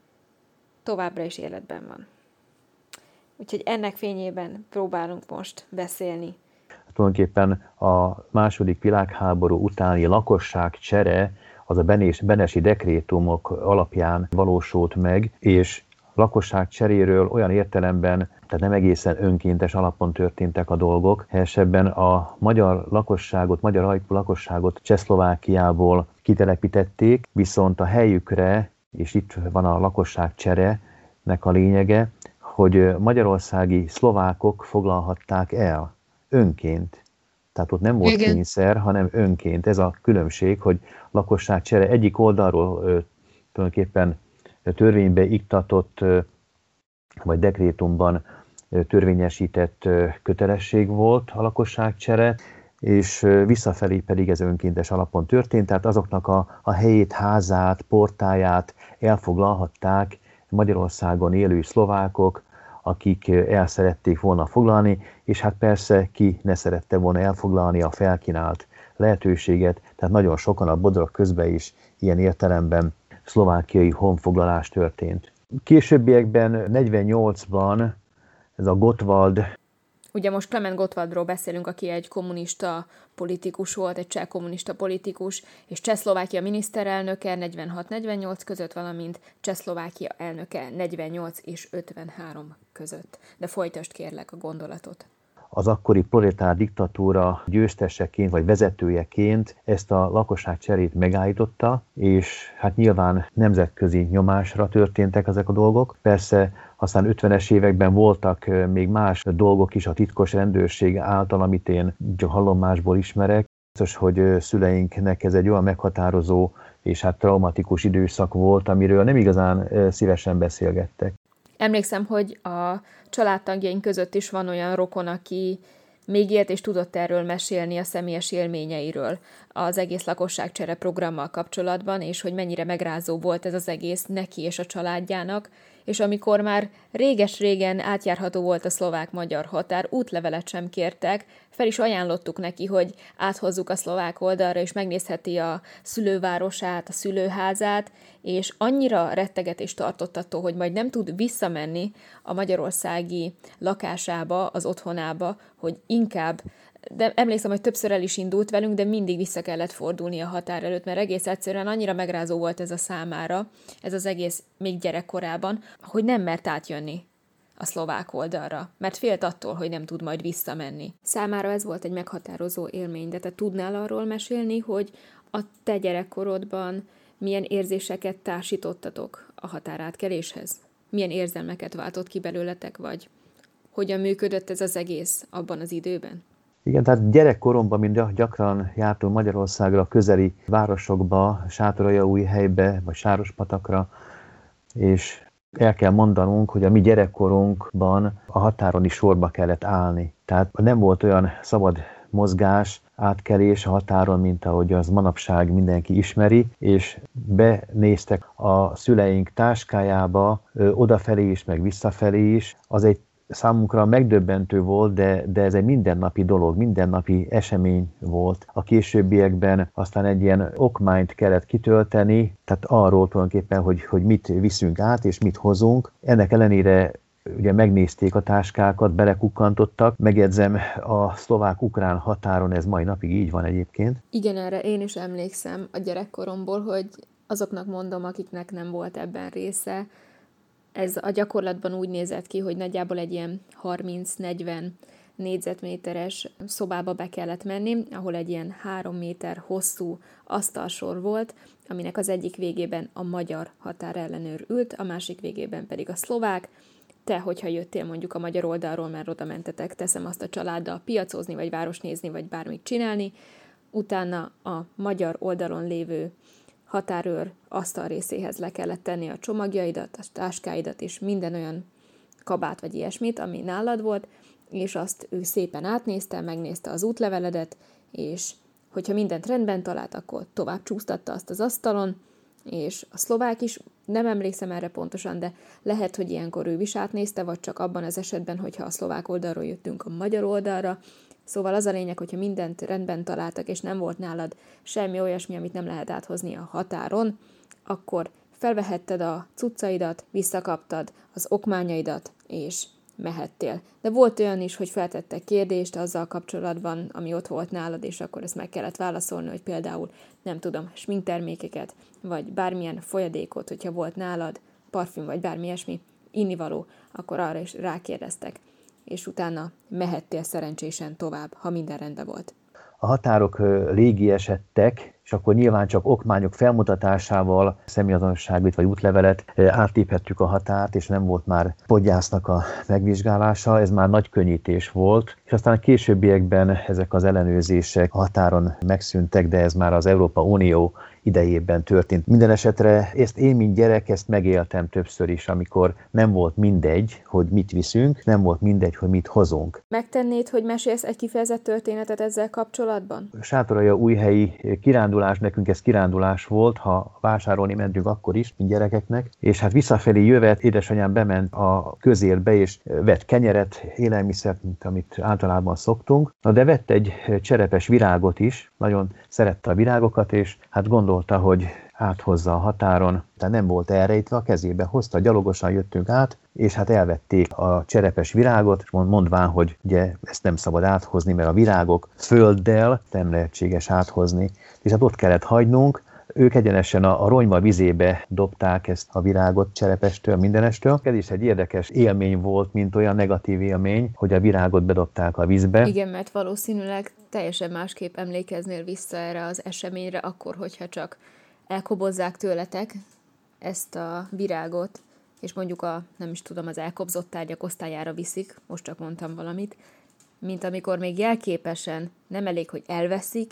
A: továbbra is életben van. Úgyhogy ennek fényében próbálunk most beszélni.
B: Tulajdonképpen a második világháború utáni lakosságcsere az a Benesi dekrétumok alapján valósult meg, és lakosság cseréről olyan értelemben, tehát nem egészen önkéntes alapon történtek a dolgok. Helyesebben a magyar lakosságot, magyar ajkú lakosságot Csehszlovákiából kitelepítették, viszont a helyükre, és itt van a lakosság cserének a lényege, hogy magyarországi szlovákok foglalhatták el önként. Tehát ott nem volt
C: Igen.
B: kényszer, hanem önként. Ez a különbség, hogy lakosságcsere egyik oldalról ö, tulajdonképpen törvénybe iktatott, ö, vagy dekrétumban ö, törvényesített ö, kötelesség volt a lakosságcsere, és ö, visszafelé pedig ez önkéntes alapon történt, tehát azoknak a, a helyét, házát, portáját elfoglalhatták Magyarországon élő szlovákok, akik el szerették volna foglalni, és hát persze ki ne szerette volna elfoglalni a felkínált lehetőséget, tehát nagyon sokan a Bodrog közben is ilyen értelemben szlovákiai honfoglalás történt. Későbbiekben, negyvennyolcban ez a Gottwald.
A: Ugye most Klement Gottwaldról beszélünk, aki egy kommunista politikus volt, egy cseh kommunista politikus, és Csehszlovákia miniszterelnöke negyvenhat negyvennyolc között, valamint Csehszlovákia elnöke negyvennyolc és ötvenhárom között. De folytasd kérlek a gondolatot.
B: Az akkori proletár diktatúra győzteseként vagy vezetőjeként ezt a lakosságcserét megállította, és hát nyilván nemzetközi nyomásra történtek ezek a dolgok. Persze aztán ötvenes években voltak még más dolgok is a titkos rendőrség által, amit én csak hallomásból ismerek. Biztos, hogy szüleinknek ez egy olyan meghatározó és hát traumatikus időszak volt, amiről nem igazán szívesen beszélgettek.
A: Emlékszem, hogy a családtagjaink között is van olyan rokon, aki még élt és tudott erről mesélni a személyes élményeiről az egész lakosságcsere programmal kapcsolatban, és hogy mennyire megrázó volt ez az egész neki és a családjának, és amikor már réges-régen átjárható volt a szlovák-magyar határ, útlevelet sem kértek, fel is ajánlottuk neki, hogy áthozzuk a szlovák oldalra, és megnézheti a szülővárosát, a szülőházát, és annyira rettegetést tartott attól, hogy majd nem tud visszamenni a magyarországi lakásába, az otthonába, hogy inkább, de emlékszem, hogy többször el is indult velünk, de mindig vissza kellett fordulni a határ előtt, mert egész egyszerűen annyira megrázó volt ez a számára, ez az egész még gyerekkorában, hogy nem mert átjönni a szlovák oldalra, mert félt attól, hogy nem tud majd visszamenni. Számára ez volt egy meghatározó élmény, de te tudnál arról mesélni, hogy a te gyerekkorodban milyen érzéseket társítottatok a határátkeléshez? Milyen érzelmeket váltott ki belőletek, vagy hogyan működött ez az egész abban az időben?
B: Igen, tehát gyerekkoromban mind gyakran jártunk Magyarországra, közeli városokba, Sátoraljaújhelybe, vagy Sárospatakra, és el kell mondanunk, hogy a mi gyerekkorunkban a határon is sorba kellett állni. Tehát nem volt olyan szabad mozgás, átkelés a határon, mint ahogy az manapság mindenki ismeri, és benéztek a szüleink táskájába, odafelé is, meg visszafelé is. Az egy számunkra megdöbbentő volt, de, de ez egy mindennapi dolog, mindennapi esemény volt. A későbbiekben aztán egy ilyen okmányt kellett kitölteni, tehát arról tulajdonképpen, hogy, hogy mit viszünk át és mit hozunk. Ennek ellenére ugye megnézték a táskákat, belekukkantottak. Megjegyzem, a szlovák-ukrán határon ez mai napig így van egyébként.
A: Igen, erre én is emlékszem a gyerekkoromból, hogy azoknak mondom, akiknek nem volt ebben része, ez a gyakorlatban úgy nézett ki, hogy nagyjából egy ilyen harminc-negyven négyzetméteres szobába be kellett menni, ahol egy ilyen három méter hosszú asztalsor volt, aminek az egyik végében a magyar határellenőr ült, a másik végében pedig a szlovák. Te, hogyha jöttél mondjuk a magyar oldalról, mert oda mentetek, teszem azt a családdal piacozni, vagy városnézni, vagy bármit csinálni, utána a magyar oldalon lévő határőr asztal részéhez le kellett tenni a csomagjaidat, a táskáidat és minden olyan kabát vagy ilyesmit, ami nálad volt, és azt ő szépen átnézte, megnézte az útleveledet, és hogyha mindent rendben talált, akkor tovább csúsztatta azt az asztalon, és a szlovák is, nem emlékszem erre pontosan, de lehet, hogy ilyenkor ő is átnézte, vagy csak abban az esetben, hogyha a szlovák oldalról jöttünk a magyar oldalra. Szóval az a lényeg, hogyha mindent rendben találtak, és nem volt nálad semmi olyasmi, amit nem lehet áthozni a határon, akkor felvehetted a cuccaidat, visszakaptad az okmányaidat, és mehettél. De volt olyan is, hogy feltettek kérdést azzal kapcsolatban, ami ott volt nálad, és akkor ezt meg kellett válaszolni, hogy például, nem tudom, sminktermékeket, vagy bármilyen folyadékot, hogyha volt nálad, parfüm, vagy bármi ilyesmi, innivaló, akkor arra is rákérdeztek, és utána mehettél szerencsésen tovább, ha minden rendben volt.
B: A határok légiesedtek, és akkor nyilván csak okmányok felmutatásával személyazonosságot vagy útlevelet átléphettük a határt, és nem volt már podgyásznak a megvizsgálása, ez már nagy könnyítés volt, és aztán a későbbiekben ezek az ellenőrzések a határon megszűntek, de ez már az Európa Unió idejében történt. Minden esetre ezt én, mint gyerek, ezt megéltem többször is, amikor nem volt mindegy, hogy mit viszünk, nem volt mindegy, hogy mit hozunk.
A: Megtennéd, hogy mesélsz egy kifejezett történetet ezzel kapcsolatban?
B: Sátoraljaújhelyi kirándulás, nekünk ez kirándulás volt, ha vásárolni mentünk akkor is, mint gyerekeknek, és hát visszafelé jövet, édesanyám bement a közérbe, és vett kenyeret, élelmiszert, mint amit általában szoktunk. Na de vett egy cserepes virágot is, nagyon szerette a virágokat, és hát gondolta, hogy áthozza a határon, tehát nem volt elrejtve, a kezébe hozta, gyalogosan jöttünk át, és hát elvették a cserepes virágot, és mondván, hogy ugye ezt nem szabad áthozni, mert a virágok földdel nem lehetséges áthozni, és hát ott kellett hagynunk. Ők egyenesen a, a ronyma vizébe dobták ezt a virágot cserepestől, mindenestől. Ez is egy érdekes élmény volt, mint olyan negatív élmény, hogy a virágot bedobták a vízbe.
A: Igen, mert valószínűleg teljesen másképp emlékeznél vissza erre az eseményre, akkor, hogyha csak elkobozzák tőletek ezt a virágot, és mondjuk a, nem is tudom, az elkobzott tárgyak osztályára viszik, most csak mondtam valamit, mint amikor még jelképesen nem elég, hogy elveszik,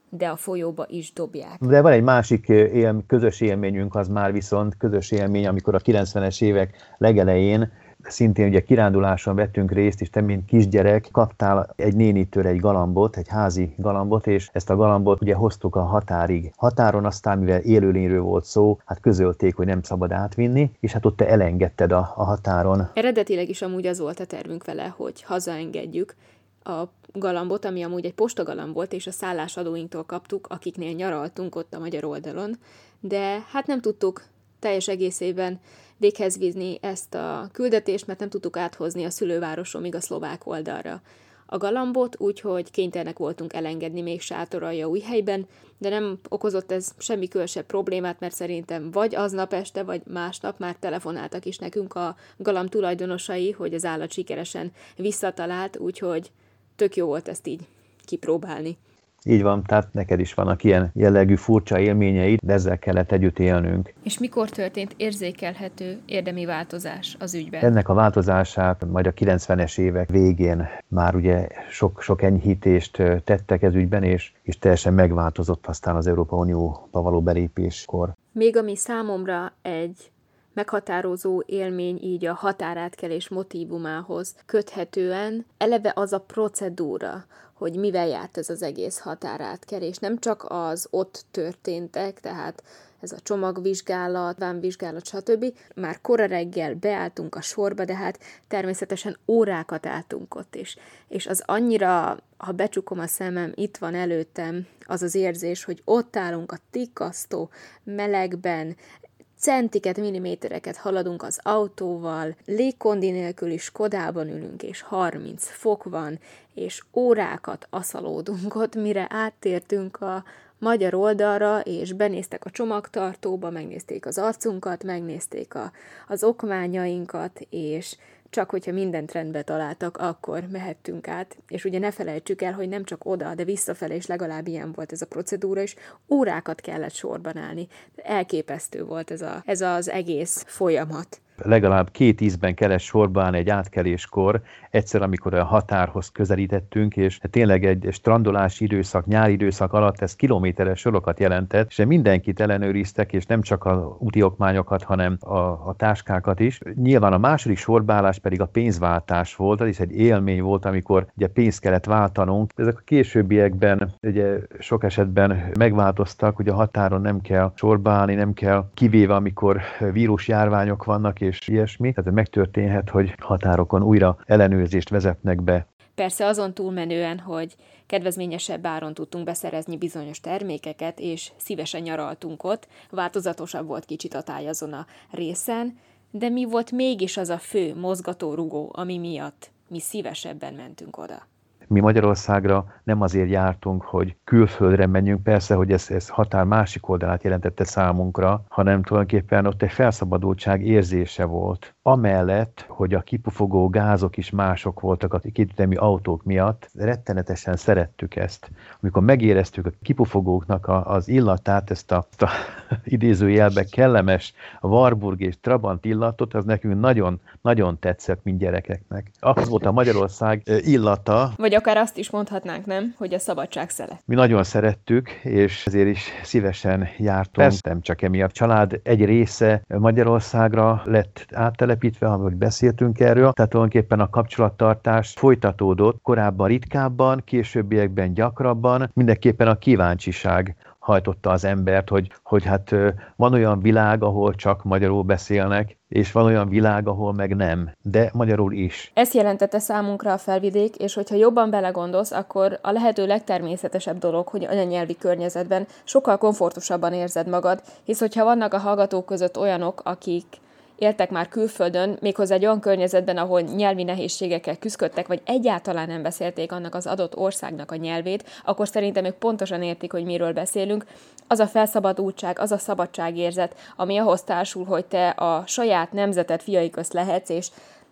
A: de a folyóba is dobják.
B: De van egy másik él, közös élményünk, az már viszont közös élmény, amikor a kilencvenes évek legelején szintén ugye kiránduláson vettünk részt, és te, mint kisgyerek, kaptál egy nénitől egy galambot, egy házi galambot, és ezt a galambot ugye hoztuk a határig. Határon aztán, mivel élőlényről volt szó, hát közölték, hogy nem szabad átvinni, és hát ott te elengedted a, a határon.
A: Eredetileg is amúgy az volt a tervünk vele, hogy hazaengedjük a galambot, ami amúgy egy postagalamb volt, és a szállásadóinktól kaptuk, akiknél nyaraltunk ott a magyar oldalon, de hát nem tudtuk teljes egészében véghez vinni ezt a küldetést, mert nem tudtuk áthozni a szülővárosomig a szlovák oldalra a galambot, úgyhogy kénytelenek voltunk elengedni még Sátoraljaújhelyben, de nem okozott ez semmi különösebb problémát, mert szerintem vagy aznap este, vagy másnap már telefonáltak is nekünk a galamb tulajdonosai, hogy az állat sikeresen visszatalált, úgyhogy tök jó volt ezt így kipróbálni.
B: Így van, tehát neked is vannak ilyen jellegű furcsa élményeid, de ezzel kellett együtt élnünk.
A: És mikor történt érzékelhető érdemi változás az ügyben?
B: Ennek a változását majd a kilencvenes évek végén már ugye sok, sok enyhítést tettek ez ügyben, és, és teljesen megváltozott aztán az Európai Unióba való belépéskor.
A: Még ami számomra egy meghatározó élmény így a határátkelés motívumához köthetően, eleve az a procedúra, hogy mivel járt ez az egész határátkelés. Nem csak az ott történtek, tehát ez a csomagvizsgálat, vámvizsgálat, stb. Már kora reggel beálltunk a sorba, de hát természetesen órákat álltunk ott is. És az annyira, ha becsukom a szemem, itt van előttem az az érzés, hogy ott állunk a tikkasztó melegben, centiket, millimétereket haladunk az autóval, légkondi nélküli Skodában ülünk, és harminc fok van, és órákat aszalódunk ott, mire áttértünk a magyar oldalra, és benéztek a csomagtartóba, megnézték az arcunkat, megnézték a, az okmányainkat, és csak hogyha mindent rendbe találtak, akkor mehettünk át. És ugye ne felejtsük el, hogy nem csak oda, de visszafele is legalább ilyen volt ez a procedúra, és órákat kellett sorban állni. Elképesztő volt ez, a, ez az egész folyamat.
B: Legalább két ízben kellett sorba állni egy átkeléskor, egyszer, amikor a határhoz közelítettünk, és tényleg egy strandolási időszak, nyári időszak alatt ez kilométeres sorokat jelentett, és mindenkit ellenőriztek, és nem csak a úti okmányokat, hanem a, a táskákat is. Nyilván a második sorbaállás pedig a pénzváltás volt, az is egy élmény volt, amikor ugye pénzt kellett váltanunk. Ezek a későbbiekben ugye sok esetben megváltoztak, hogy a határon nem kell sorba állni, nem kell, kivéve amikor vírusjárványok vannak, és ilyesmi. Tehát megtörténhet, hogy határokon újra ellenőrzést vezetnek be.
A: Persze azon túlmenően, hogy kedvezményesebb áron tudtunk beszerezni bizonyos termékeket, és szívesen nyaraltunk ott, változatosabb volt kicsit a táj azon a részen, de mi volt mégis az a fő mozgatórugó, ami miatt mi szívesebben mentünk oda?
B: Mi Magyarországra nem azért jártunk, hogy külföldre menjünk, persze, hogy ez, ez határ másik oldalát jelentette számunkra, hanem tulajdonképpen ott egy felszabadultság érzése volt. Amellett, hogy a kipufogó gázok is mások voltak a kétütemű autók miatt, rettenetesen szerettük ezt. Amikor megéreztük a kipufogóknak a, az illatát, ezt a, ezt a idézőjelbe kellemes Warburg és Trabant illatot, az nekünk nagyon, nagyon tetszett, mint gyerekeknek. Az volt a Magyarország illata.
A: Vagy akár azt is mondhatnánk, nem? Hogy a szabadság szele.
B: Mi nagyon szerettük, és ezért is szívesen jártunk. Persze nem csak emiatt. A család egy része Magyarországra lett áttelepítve, ahogy beszéltünk erről. Tehát tulajdonképpen a kapcsolattartás folytatódott, korábban ritkábban, későbbiekben gyakrabban, mindenképpen a kíváncsiság hajtotta az embert, hogy, hogy hát van olyan világ, ahol csak magyarul beszélnek, és van olyan világ, ahol meg nem, de magyarul is.
A: Ezt jelentette számunkra a Felvidék, és hogyha jobban belegondolsz, akkor a lehető legtermészetesebb dolog, hogy anyanyelvi környezetben sokkal komfortosabban érzed magad, hisz hogyha vannak a hallgatók között olyanok, akik éltek már külföldön, méghozzá egy olyan környezetben, ahol nyelvi nehézségekkel küzdöttek, vagy egyáltalán nem beszélték annak az adott országnak a nyelvét, akkor szerintem ők pontosan értik, hogy miről beszélünk. Az a felszabadultság, az a szabadságérzet, ami ahhoz társul, hogy te a saját nemzeted fiai közt lehetsz, és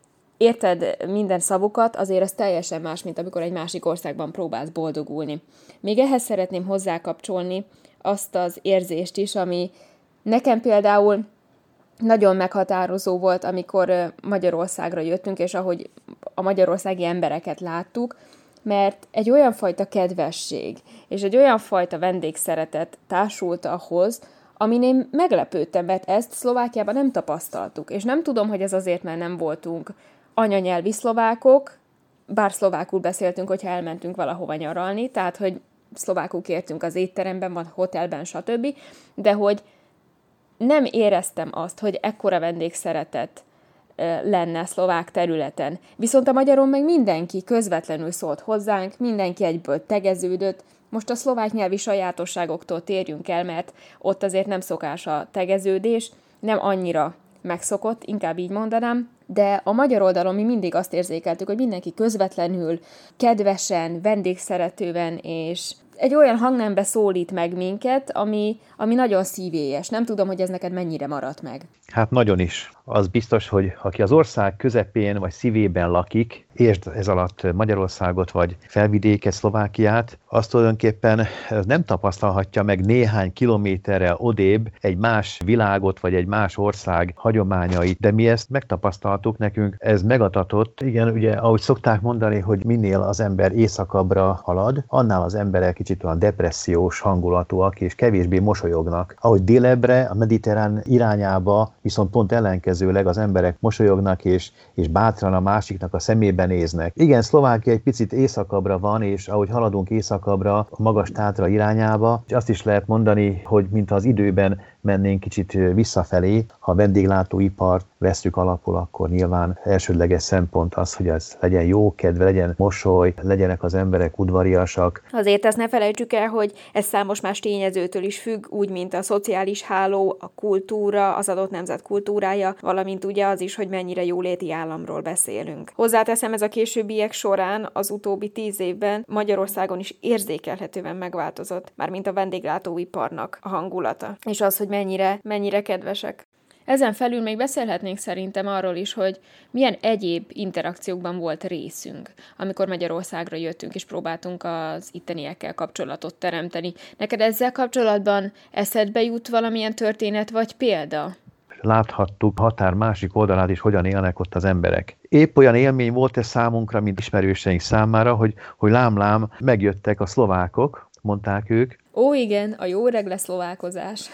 A: érted minden szavukat, azért ez teljesen más, mint amikor egy másik országban próbálsz boldogulni. Még ehhez szeretném hozzákapcsolni azt az érzést is, ami nekem például nagyon meghatározó volt, amikor Magyarországra jöttünk, és ahogy a magyarországi embereket láttuk, mert egy olyan fajta kedvesség, és egy olyan fajta vendégszeretet társult ahhoz, amin én meglepődtem, mert ezt Szlovákiában nem tapasztaltuk. És nem tudom, hogy ez azért, mert nem voltunk anyanyelvi szlovákok, bár szlovákul beszéltünk, hogyha elmentünk valahova nyaralni, tehát, hogy szlovákul kértünk az étteremben, vagy hotelben, stb., de hogy nem éreztem azt, hogy ekkora vendégszeretet lenne szlovák területen. Viszont a magyaron meg mindenki közvetlenül szólt hozzánk, mindenki egyből tegeződött. Most a szlovák nyelvi sajátosságoktól térjünk el, mert ott azért nem szokás a tegeződés, nem annyira megszokott, inkább így mondanám, de a magyar oldalon mi mindig azt érzékeltük, hogy mindenki közvetlenül, kedvesen, vendégszeretően és egy olyan hangnembe szólít meg minket, ami, ami nagyon szívélyes. Nem tudom, hogy ez neked mennyire maradt meg.
B: Hát nagyon is. Az biztos, hogy aki az ország közepén vagy szívében lakik, értsd ez alatt Magyarországot vagy felvidéket, Szlovákiát, azt tulajdonképpen nem tapasztalhatja meg néhány kilométerrel odébb egy más világot vagy egy más ország hagyományait, de mi ezt megtapasztaltuk, nekünk ez megadatott. Igen, ugye ahogy szokták mondani, hogy minél az ember északabbra halad, annál az emberek kicsit olyan depressziós hangulatúak és kevésbé mosolyognak. Ahogy délebbre, a mediterrán irányába viszont pont ellenkezőleg az emberek mosolyognak és, és bátran a másiknak a szemébe néznek. Igen, Szlovákia egy picit északabbra van, és ahogy haladunk északabbra, a magas Tátra irányába, és azt is lehet mondani, hogy mintha az időben mennénk kicsit visszafelé, ha a vendéglátóipart vesszük alapul, akkor nyilván elsődleges szempont az, hogy ez legyen jó kedve, legyen mosoly, legyenek az emberek udvariasak.
A: Azért ezt ne felejtsük el, hogy ez számos más tényezőtől is függ, úgy, mint a szociális háló, a kultúra, az adott nemzet kultúrája, valamint ugye az is, hogy mennyire jóléti államról beszélünk. Hozzáteszem, ez a későbbiek során az utóbbi tíz évben Magyarországon is érzékelhetően megváltozott, mármint a vendéglátóiparnak a hangulata, és az, hogy mennyire, mennyire kedvesek. Ezen felül még beszélhetnénk szerintem arról is, hogy milyen egyéb interakciókban volt részünk, amikor Magyarországra jöttünk és próbáltunk az itteniekkel kapcsolatot teremteni. Neked ezzel kapcsolatban eszedbe jut valamilyen történet vagy példa?
B: Láthattuk határ másik oldalát is, hogyan élnek ott az emberek. Épp olyan élmény volt ez számunkra, mint ismerőseink számára, hogy, hogy lám-lám megjöttek a szlovákok, mondták ők.
A: Ó, igen, a jó regle szlovákozás.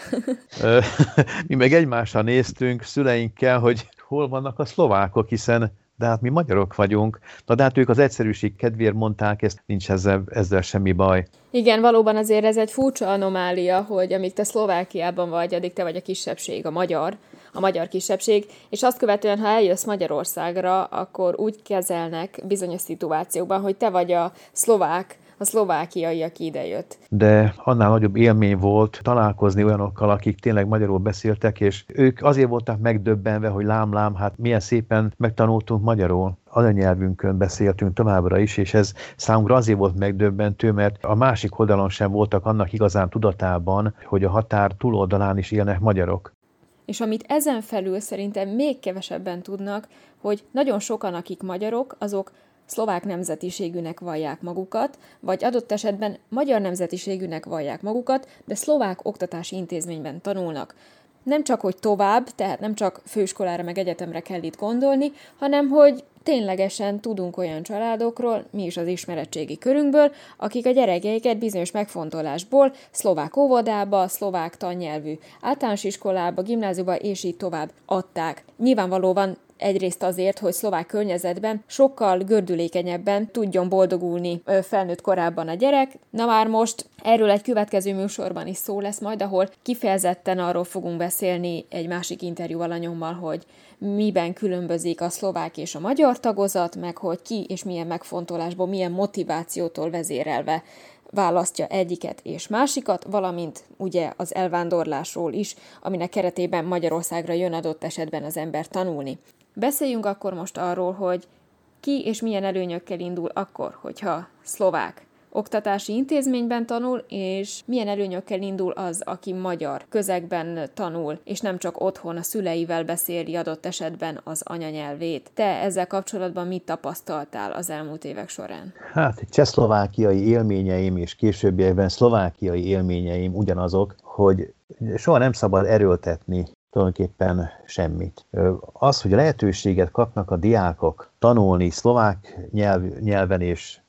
B: Mi meg egymásra néztünk szüleinkkel, hogy hol vannak a szlovákok, hiszen de hát mi magyarok vagyunk. Na, de hát ők az egyszerűség kedvéért mondták, ezt nincs ezzel, ezzel semmi baj.
A: Igen, valóban azért ez egy furcsa anomália, hogy amíg te Szlovákiában vagy, addig te vagy a kisebbség, a magyar, a magyar kisebbség, és azt követően, ha eljössz Magyarországra, akkor úgy kezelnek bizonyos szituációkban, hogy te vagy a szlovák, a szlovákiai, aki idejött.
B: De annál nagyobb élmény volt találkozni olyanokkal, akik tényleg magyarul beszéltek, és ők azért voltak megdöbbenve, hogy lám-lám, hát milyen szépen megtanultunk magyarul. Anyanyelvünkön beszéltünk továbbra is, és ez számunkra azért volt megdöbbentő, mert a másik oldalon sem voltak annak igazán tudatában, hogy a határ túloldalán is élnek magyarok.
A: És amit ezen felül szerintem még kevesebben tudnak, hogy nagyon sokan, akik magyarok, azok szlovák nemzetiségűnek vallják magukat, vagy adott esetben magyar nemzetiségűnek vallják magukat, de szlovák oktatási intézményben tanulnak. Nem csak, hogy tovább, tehát nem csak főiskolára meg egyetemre kell itt gondolni, hanem, hogy ténylegesen tudunk olyan családokról, mi is az ismeretségi körünkből, akik a gyerekeiket bizonyos megfontolásból szlovák óvodába, szlovák tannyelvű általános iskolába, gimnáziumba és így tovább adták. Nyilvánvalóan egyrészt azért, hogy szlovák környezetben sokkal gördülékenyebben tudjon boldogulni felnőtt korában a gyerek. Na már most erről egy következő műsorban is szó lesz majd, ahol kifejezetten arról fogunk beszélni egy másik interjú alanyommal, hogy miben különbözik a szlovák és a magyar tagozat, meg hogy ki és milyen megfontolásból, milyen motivációtól vezérelve választja egyiket és másikat, valamint ugye az elvándorlásról is, aminek keretében Magyarországra jön adott esetben az ember tanulni. Beszéljünk akkor most arról, hogy ki és milyen előnyökkel indul akkor, hogyha szlovák oktatási intézményben tanul, és milyen előnyökkel indul az, aki magyar közegben tanul, és nem csak otthon a szüleivel beszéli adott esetben az anyanyelvét. Te ezzel kapcsolatban mit tapasztaltál az elmúlt évek során?
B: Hát, csehszlovákiai élményeim és későbbiekben szlovákiai élményeim ugyanazok, hogy soha nem szabad erőltetni tulajdonképpen semmit. Az, hogy lehetőséget kapnak a diákok tanulni szlovák nyelv, nyelven és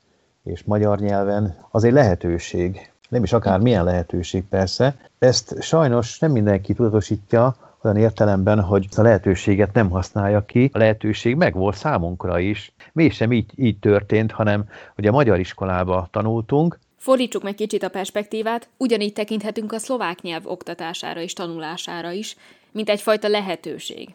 B: és magyar nyelven, az egy lehetőség. Nem is akár milyen lehetőség persze. Ezt sajnos nem mindenki tudatosítja olyan értelemben, hogy a lehetőséget nem használja ki. A lehetőség megvolt számunkra is. Mégsem így, így történt, hanem ugye magyar iskolába tanultunk.
A: Fordítsuk meg kicsit a perspektívát, ugyanígy tekinthetünk a szlovák nyelv oktatására és tanulására is, mint egyfajta lehetőség.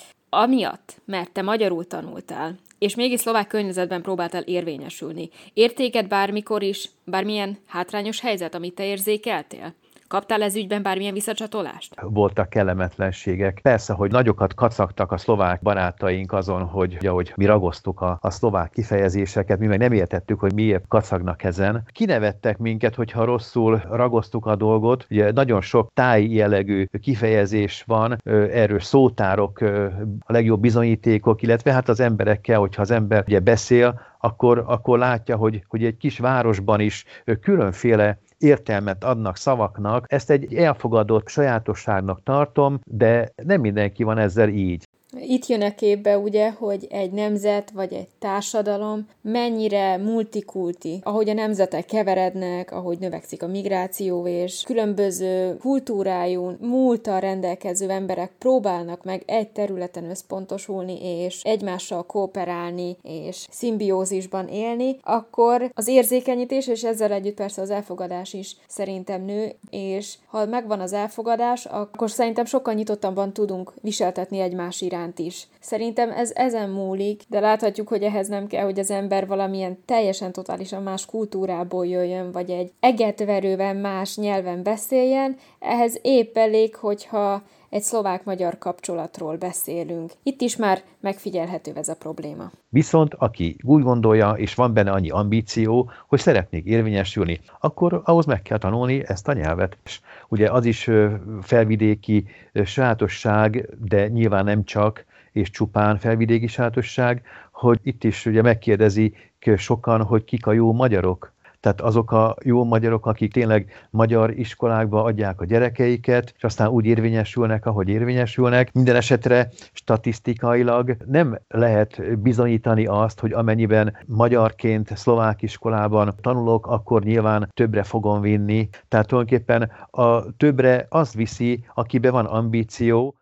A: Amiatt, mert te magyarul tanultál, és mégis szlovák környezetben próbáltál érvényesülni, értéked bármikor is, bármilyen hátrányos helyzet, amit te érzékeltél? Kaptál ez ügyben bármilyen visszacsatolást?
B: Voltak kellemetlenségek. Persze, hogy nagyokat kacagtak a szlovák barátaink azon, hogy ahogy mi ragoztuk a, a szlovák kifejezéseket, mi meg nem értettük, hogy miért kacagnak ezen. Kinevettek minket, hogyha rosszul ragoztuk a dolgot. Ugye nagyon sok táj jellegű kifejezés van, erről szótárok a legjobb bizonyítékok, illetve hát az emberekkel, hogyha az ember ugye beszél, akkor, akkor látja, hogy, hogy egy kis városban is különféle értelmet adnak szavaknak. Ezt egy elfogadott sajátosságnak tartom, de nem mindenki van ezzel így.
A: Itt jön a képbe ugye, hogy egy nemzet vagy egy társadalom mennyire multikulti, ahogy a nemzetek keverednek, ahogy növekszik a migráció, és különböző kultúrájú, múlttal rendelkező emberek próbálnak meg egy területen összpontosulni, és egymással kooperálni, és szimbiózisban élni, akkor az érzékenyítés, és ezzel együtt persze az elfogadás is szerintem nő, és ha megvan az elfogadás, akkor szerintem sokkal nyitottabban tudunk viseltetni egymás iránt is. Szerintem ez ezen múlik, de láthatjuk, hogy ehhez nem kell, hogy az ember valamilyen teljesen totálisan más kultúrából jöjjön, vagy egy egetverően más nyelven beszéljen. Ehhez épp elég, hogyha egy szlovák-magyar kapcsolatról beszélünk. Itt is már megfigyelhető ez a probléma.
B: Viszont aki úgy gondolja, és van benne annyi ambíció, hogy szeretnék érvényesülni, akkor ahhoz meg kell tanulni ezt a nyelvet. És ugye az is felvidéki sajátosság, de nyilván nem csak, és csupán felvidéki sajátosság, hogy itt is ugye megkérdezik sokan, hogy kik a jó magyarok. Tehát azok a jó magyarok, akik tényleg magyar iskolákba adják a gyerekeiket, és aztán úgy érvényesülnek, ahogy érvényesülnek. Minden esetre statisztikailag nem lehet bizonyítani azt, hogy amennyiben magyarként szlovák iskolában tanulok, akkor nyilván többre fogom vinni. Tehát tulajdonképpen a többre azt viszi, akiben van ambíció.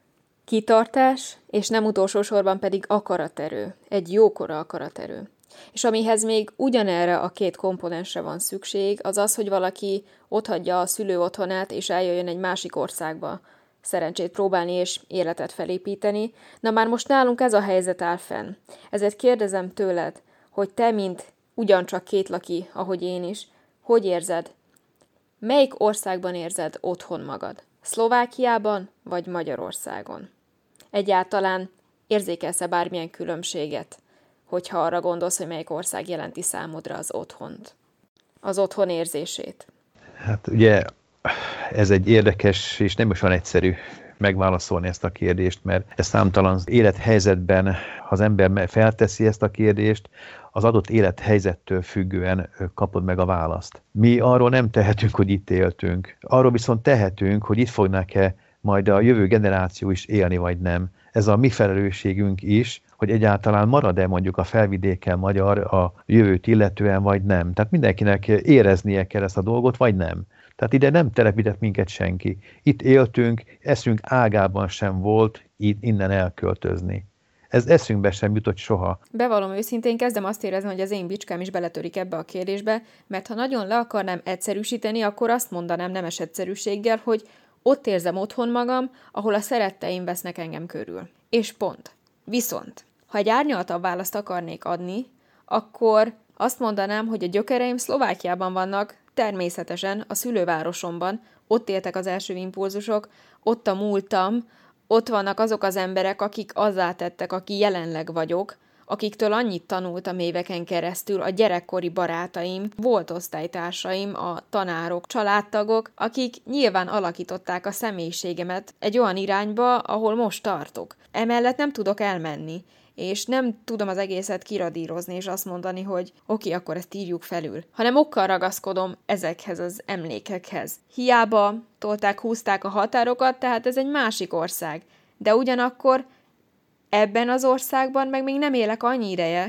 A: Kitartás, és nem utolsó sorban pedig akaraterő. Egy jókora akaraterő. És amihez még ugyanerre a két komponensre van szükség, az az, hogy valaki otthagyja a szülő otthonát, és eljöjjön egy másik országba szerencsét próbálni és életet felépíteni. Na már most nálunk ez a helyzet áll fenn. Ezért kérdezem tőled, hogy te, mint ugyancsak kétlaki, ahogy én is, hogy érzed? Melyik országban érzed otthon magad? Szlovákiában vagy Magyarországon? Egyáltalán érzékelsz-e bármilyen különbséget, hogyha arra gondolsz, hogy melyik ország jelenti számodra az otthont, az otthon érzését?
B: Hát ugye ez egy érdekes és nem is olyan egyszerű megválaszolni ezt a kérdést, mert ez számtalan élethelyzetben, ha az ember felteszi ezt a kérdést, az adott élethelyzettől függően kapod meg a választ. Mi arról nem tehetünk, hogy itt éltünk. Arról viszont tehetünk, hogy itt fognak-e majd a jövő generáció is élni, vagy nem. Ez a mi felelősségünk is, hogy egyáltalán marad-e mondjuk a felvidéken magyar a jövőt illetően, vagy nem. Tehát mindenkinek éreznie kell ezt a dolgot, vagy nem. Tehát ide nem telepített minket senki. Itt éltünk, eszünk ágában sem volt innen elköltözni. Ez eszünkbe sem jutott soha.
A: Bevallom őszintén, kezdem azt érezni, hogy az én bicskám is beletörik ebbe a kérdésbe, mert ha nagyon le akarnám egyszerűsíteni, akkor azt mondanám nemes egyszerűséggel, hogy ott érzem otthon magam, ahol a szeretteim vesznek engem körül. És pont. Viszont, ha egy árnyaltabb választ akarnék adni, akkor azt mondanám, hogy a gyökereim Szlovákiában vannak, természetesen a szülővárosomban, ott éltek az első impulzusok, ott a múltam, ott vannak azok az emberek, akik azzá tettek, aki jelenleg vagyok, akiktől annyit tanultam éveken keresztül, a gyerekkori barátaim, volt osztálytársaim, a tanárok, családtagok, akik nyilván alakították a személyiségemet egy olyan irányba, ahol most tartok. Emellett nem tudok elmenni, és nem tudom az egészet kiradírozni, és azt mondani, hogy oké, akkor ezt írjuk felül, hanem okkal ragaszkodom ezekhez az emlékekhez. Hiába tolták, húzták a határokat, tehát ez egy másik ország. De ugyanakkor ebben az országban meg még nem élek annyi ideje,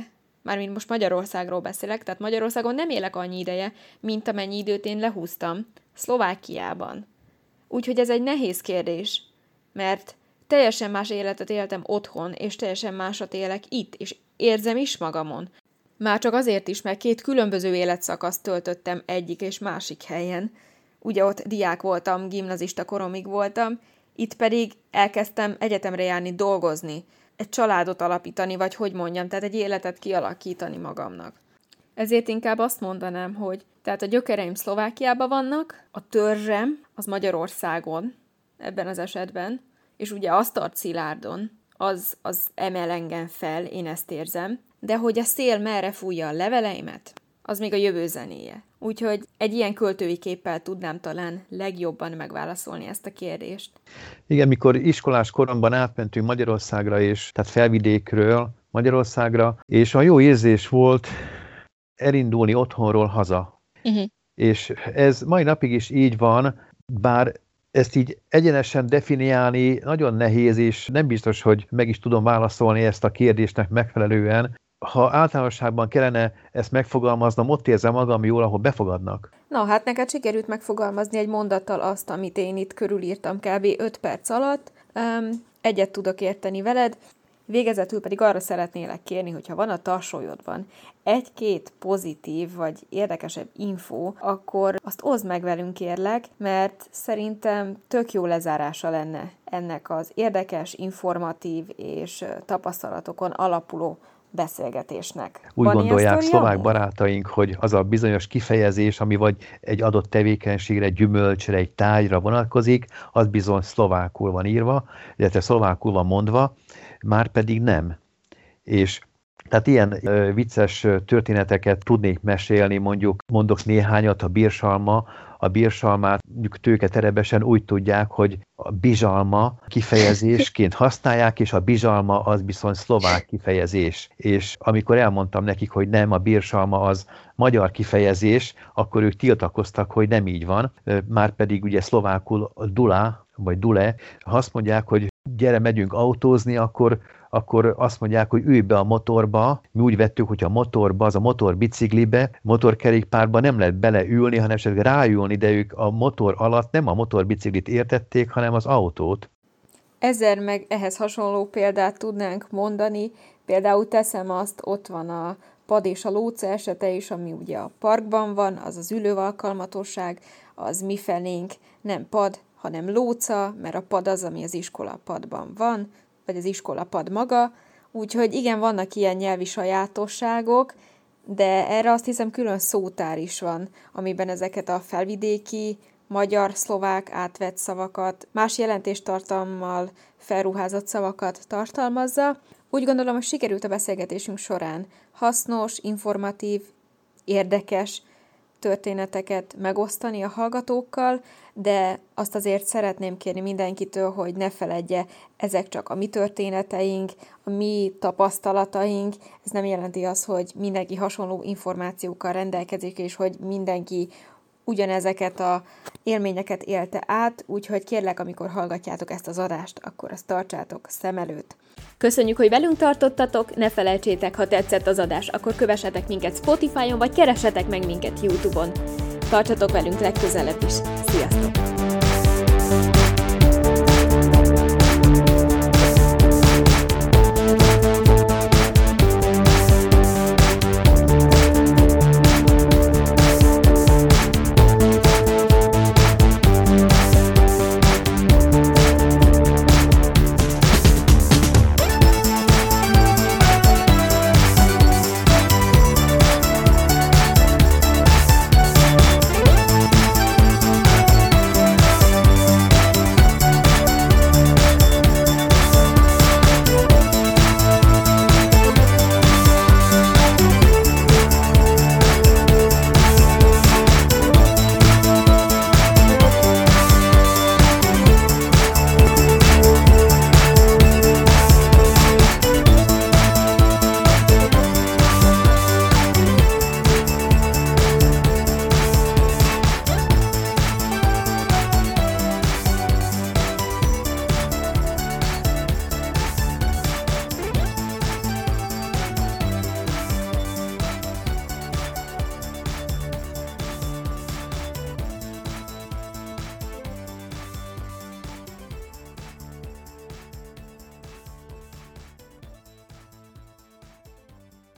A: mármint most Magyarországról beszélek, tehát Magyarországon nem élek annyi ideje, mint amennyi időt én lehúztam Szlovákiában. Úgyhogy ez egy nehéz kérdés, mert teljesen más életet éltem otthon, és teljesen másat élek itt, és érzem is magamon. Már csak azért is, mert két különböző életszakaszt töltöttem egyik és másik helyen. Ugye ott diák voltam, gimnazista koromig voltam, itt pedig elkezdtem egyetemre járni, dolgozni, egy családot alapítani, vagy hogy mondjam, tehát egy életet kialakítani magamnak. Ezért inkább azt mondanám, hogy tehát a gyökereim Szlovákiában vannak, a törzsem az Magyarországon, ebben az esetben, és ugye azt tart szilárdon, az, az emel engem fel, én ezt érzem, de hogy a szél merre fújja a leveleimet, az még a jövő zenéje. Úgyhogy egy ilyen költői képpel tudnám talán legjobban megválaszolni ezt a kérdést.
B: Igen, mikor iskolás koromban átmentünk Magyarországra, és tehát felvidékről Magyarországra, és a jó érzés volt elindulni otthonról haza. Uh-huh. És ez mai napig is így van, bár ezt így egyenesen definiálni nagyon nehéz, és nem biztos, hogy meg is tudom válaszolni ezt a kérdésnek megfelelően. Ha általánosságban kellene ezt megfogalmaznom, ott érzem magam jól, ahol befogadnak.
A: Na, hát neked sikerült megfogalmazni egy mondattal azt, amit én itt körülírtam kb. öt perc alatt. Um, egyet tudok érteni veled, végezetül pedig arra szeretnélek kérni, hogyha van a tarsolyodban egy-két pozitív vagy érdekesebb info, akkor azt oszd meg velünk, kérlek, mert szerintem tök jó lezárása lenne ennek az érdekes, informatív és tapasztalatokon alapuló beszélgetésnek.
B: Úgy van gondolják szlovák barátaink, hogy az a bizonyos kifejezés, ami vagy egy adott tevékenységre, gyümölcsre, egy tárgyra vonatkozik, az bizony szlovákul van írva, illetve szlovákul van mondva, már pedig nem. És tehát ilyen ö, vicces történeteket tudnék mesélni, mondjuk mondok néhányat, a bírsalma, a bírsalmát mondjuk tőketerebesen úgy tudják, hogy a bizsalma kifejezésként használják, és a bizsalma az viszont szlovák kifejezés. És amikor elmondtam nekik, hogy nem, a bírsalma az magyar kifejezés, akkor ők tiltakoztak, hogy nem így van, márpedig ugye szlovákul dula, vagy dule, ha azt mondják, hogy gyere, megyünk autózni, akkor akkor azt mondják, hogy ülj be a motorba. Mi úgy vettük, hogy a motorba, az a motorbiciklibe, motorkerékpárba nem lehet beleülni, hanem esetleg ráülni, de ők a motor alatt nem a motorbiciklit értették, hanem az autót.
A: Ezer meg ehhez hasonló példát tudnánk mondani. Például teszem azt, ott van a pad és a lóca esete is, ami ugye a parkban van, az az ülő alkalmatosság, az mifelénk nem pad, hanem lóca, mert a pad az, ami az iskola padban van, vagy az iskolapad maga, úgyhogy igen, vannak ilyen nyelvi sajátosságok, de erre azt hiszem külön szótár is van, amiben ezeket a felvidéki, magyar, szlovák átvett szavakat, más jelentéstartalommal felruházott szavakat tartalmazza. Úgy gondolom, hogy sikerült a beszélgetésünk során hasznos, informatív, érdekes történeteket megosztani a hallgatókkal, de azt azért szeretném kérni mindenkitől, hogy ne feledje, ezek csak a mi történeteink, a mi tapasztalataink. Ez nem jelenti azt, hogy mindenki hasonló információkkal rendelkezik, és hogy mindenki ugyanezeket a élményeket élte át, úgyhogy kérlek, amikor hallgatjátok ezt az adást, akkor azt tartsátok szem előtt. Köszönjük, hogy velünk tartottatok, ne felejtsétek, ha tetszett az adás, akkor kövessetek minket Spotify-on, vagy keressetek meg minket YouTube-on. Tartsatok velünk legközelebb is. Sziasztok!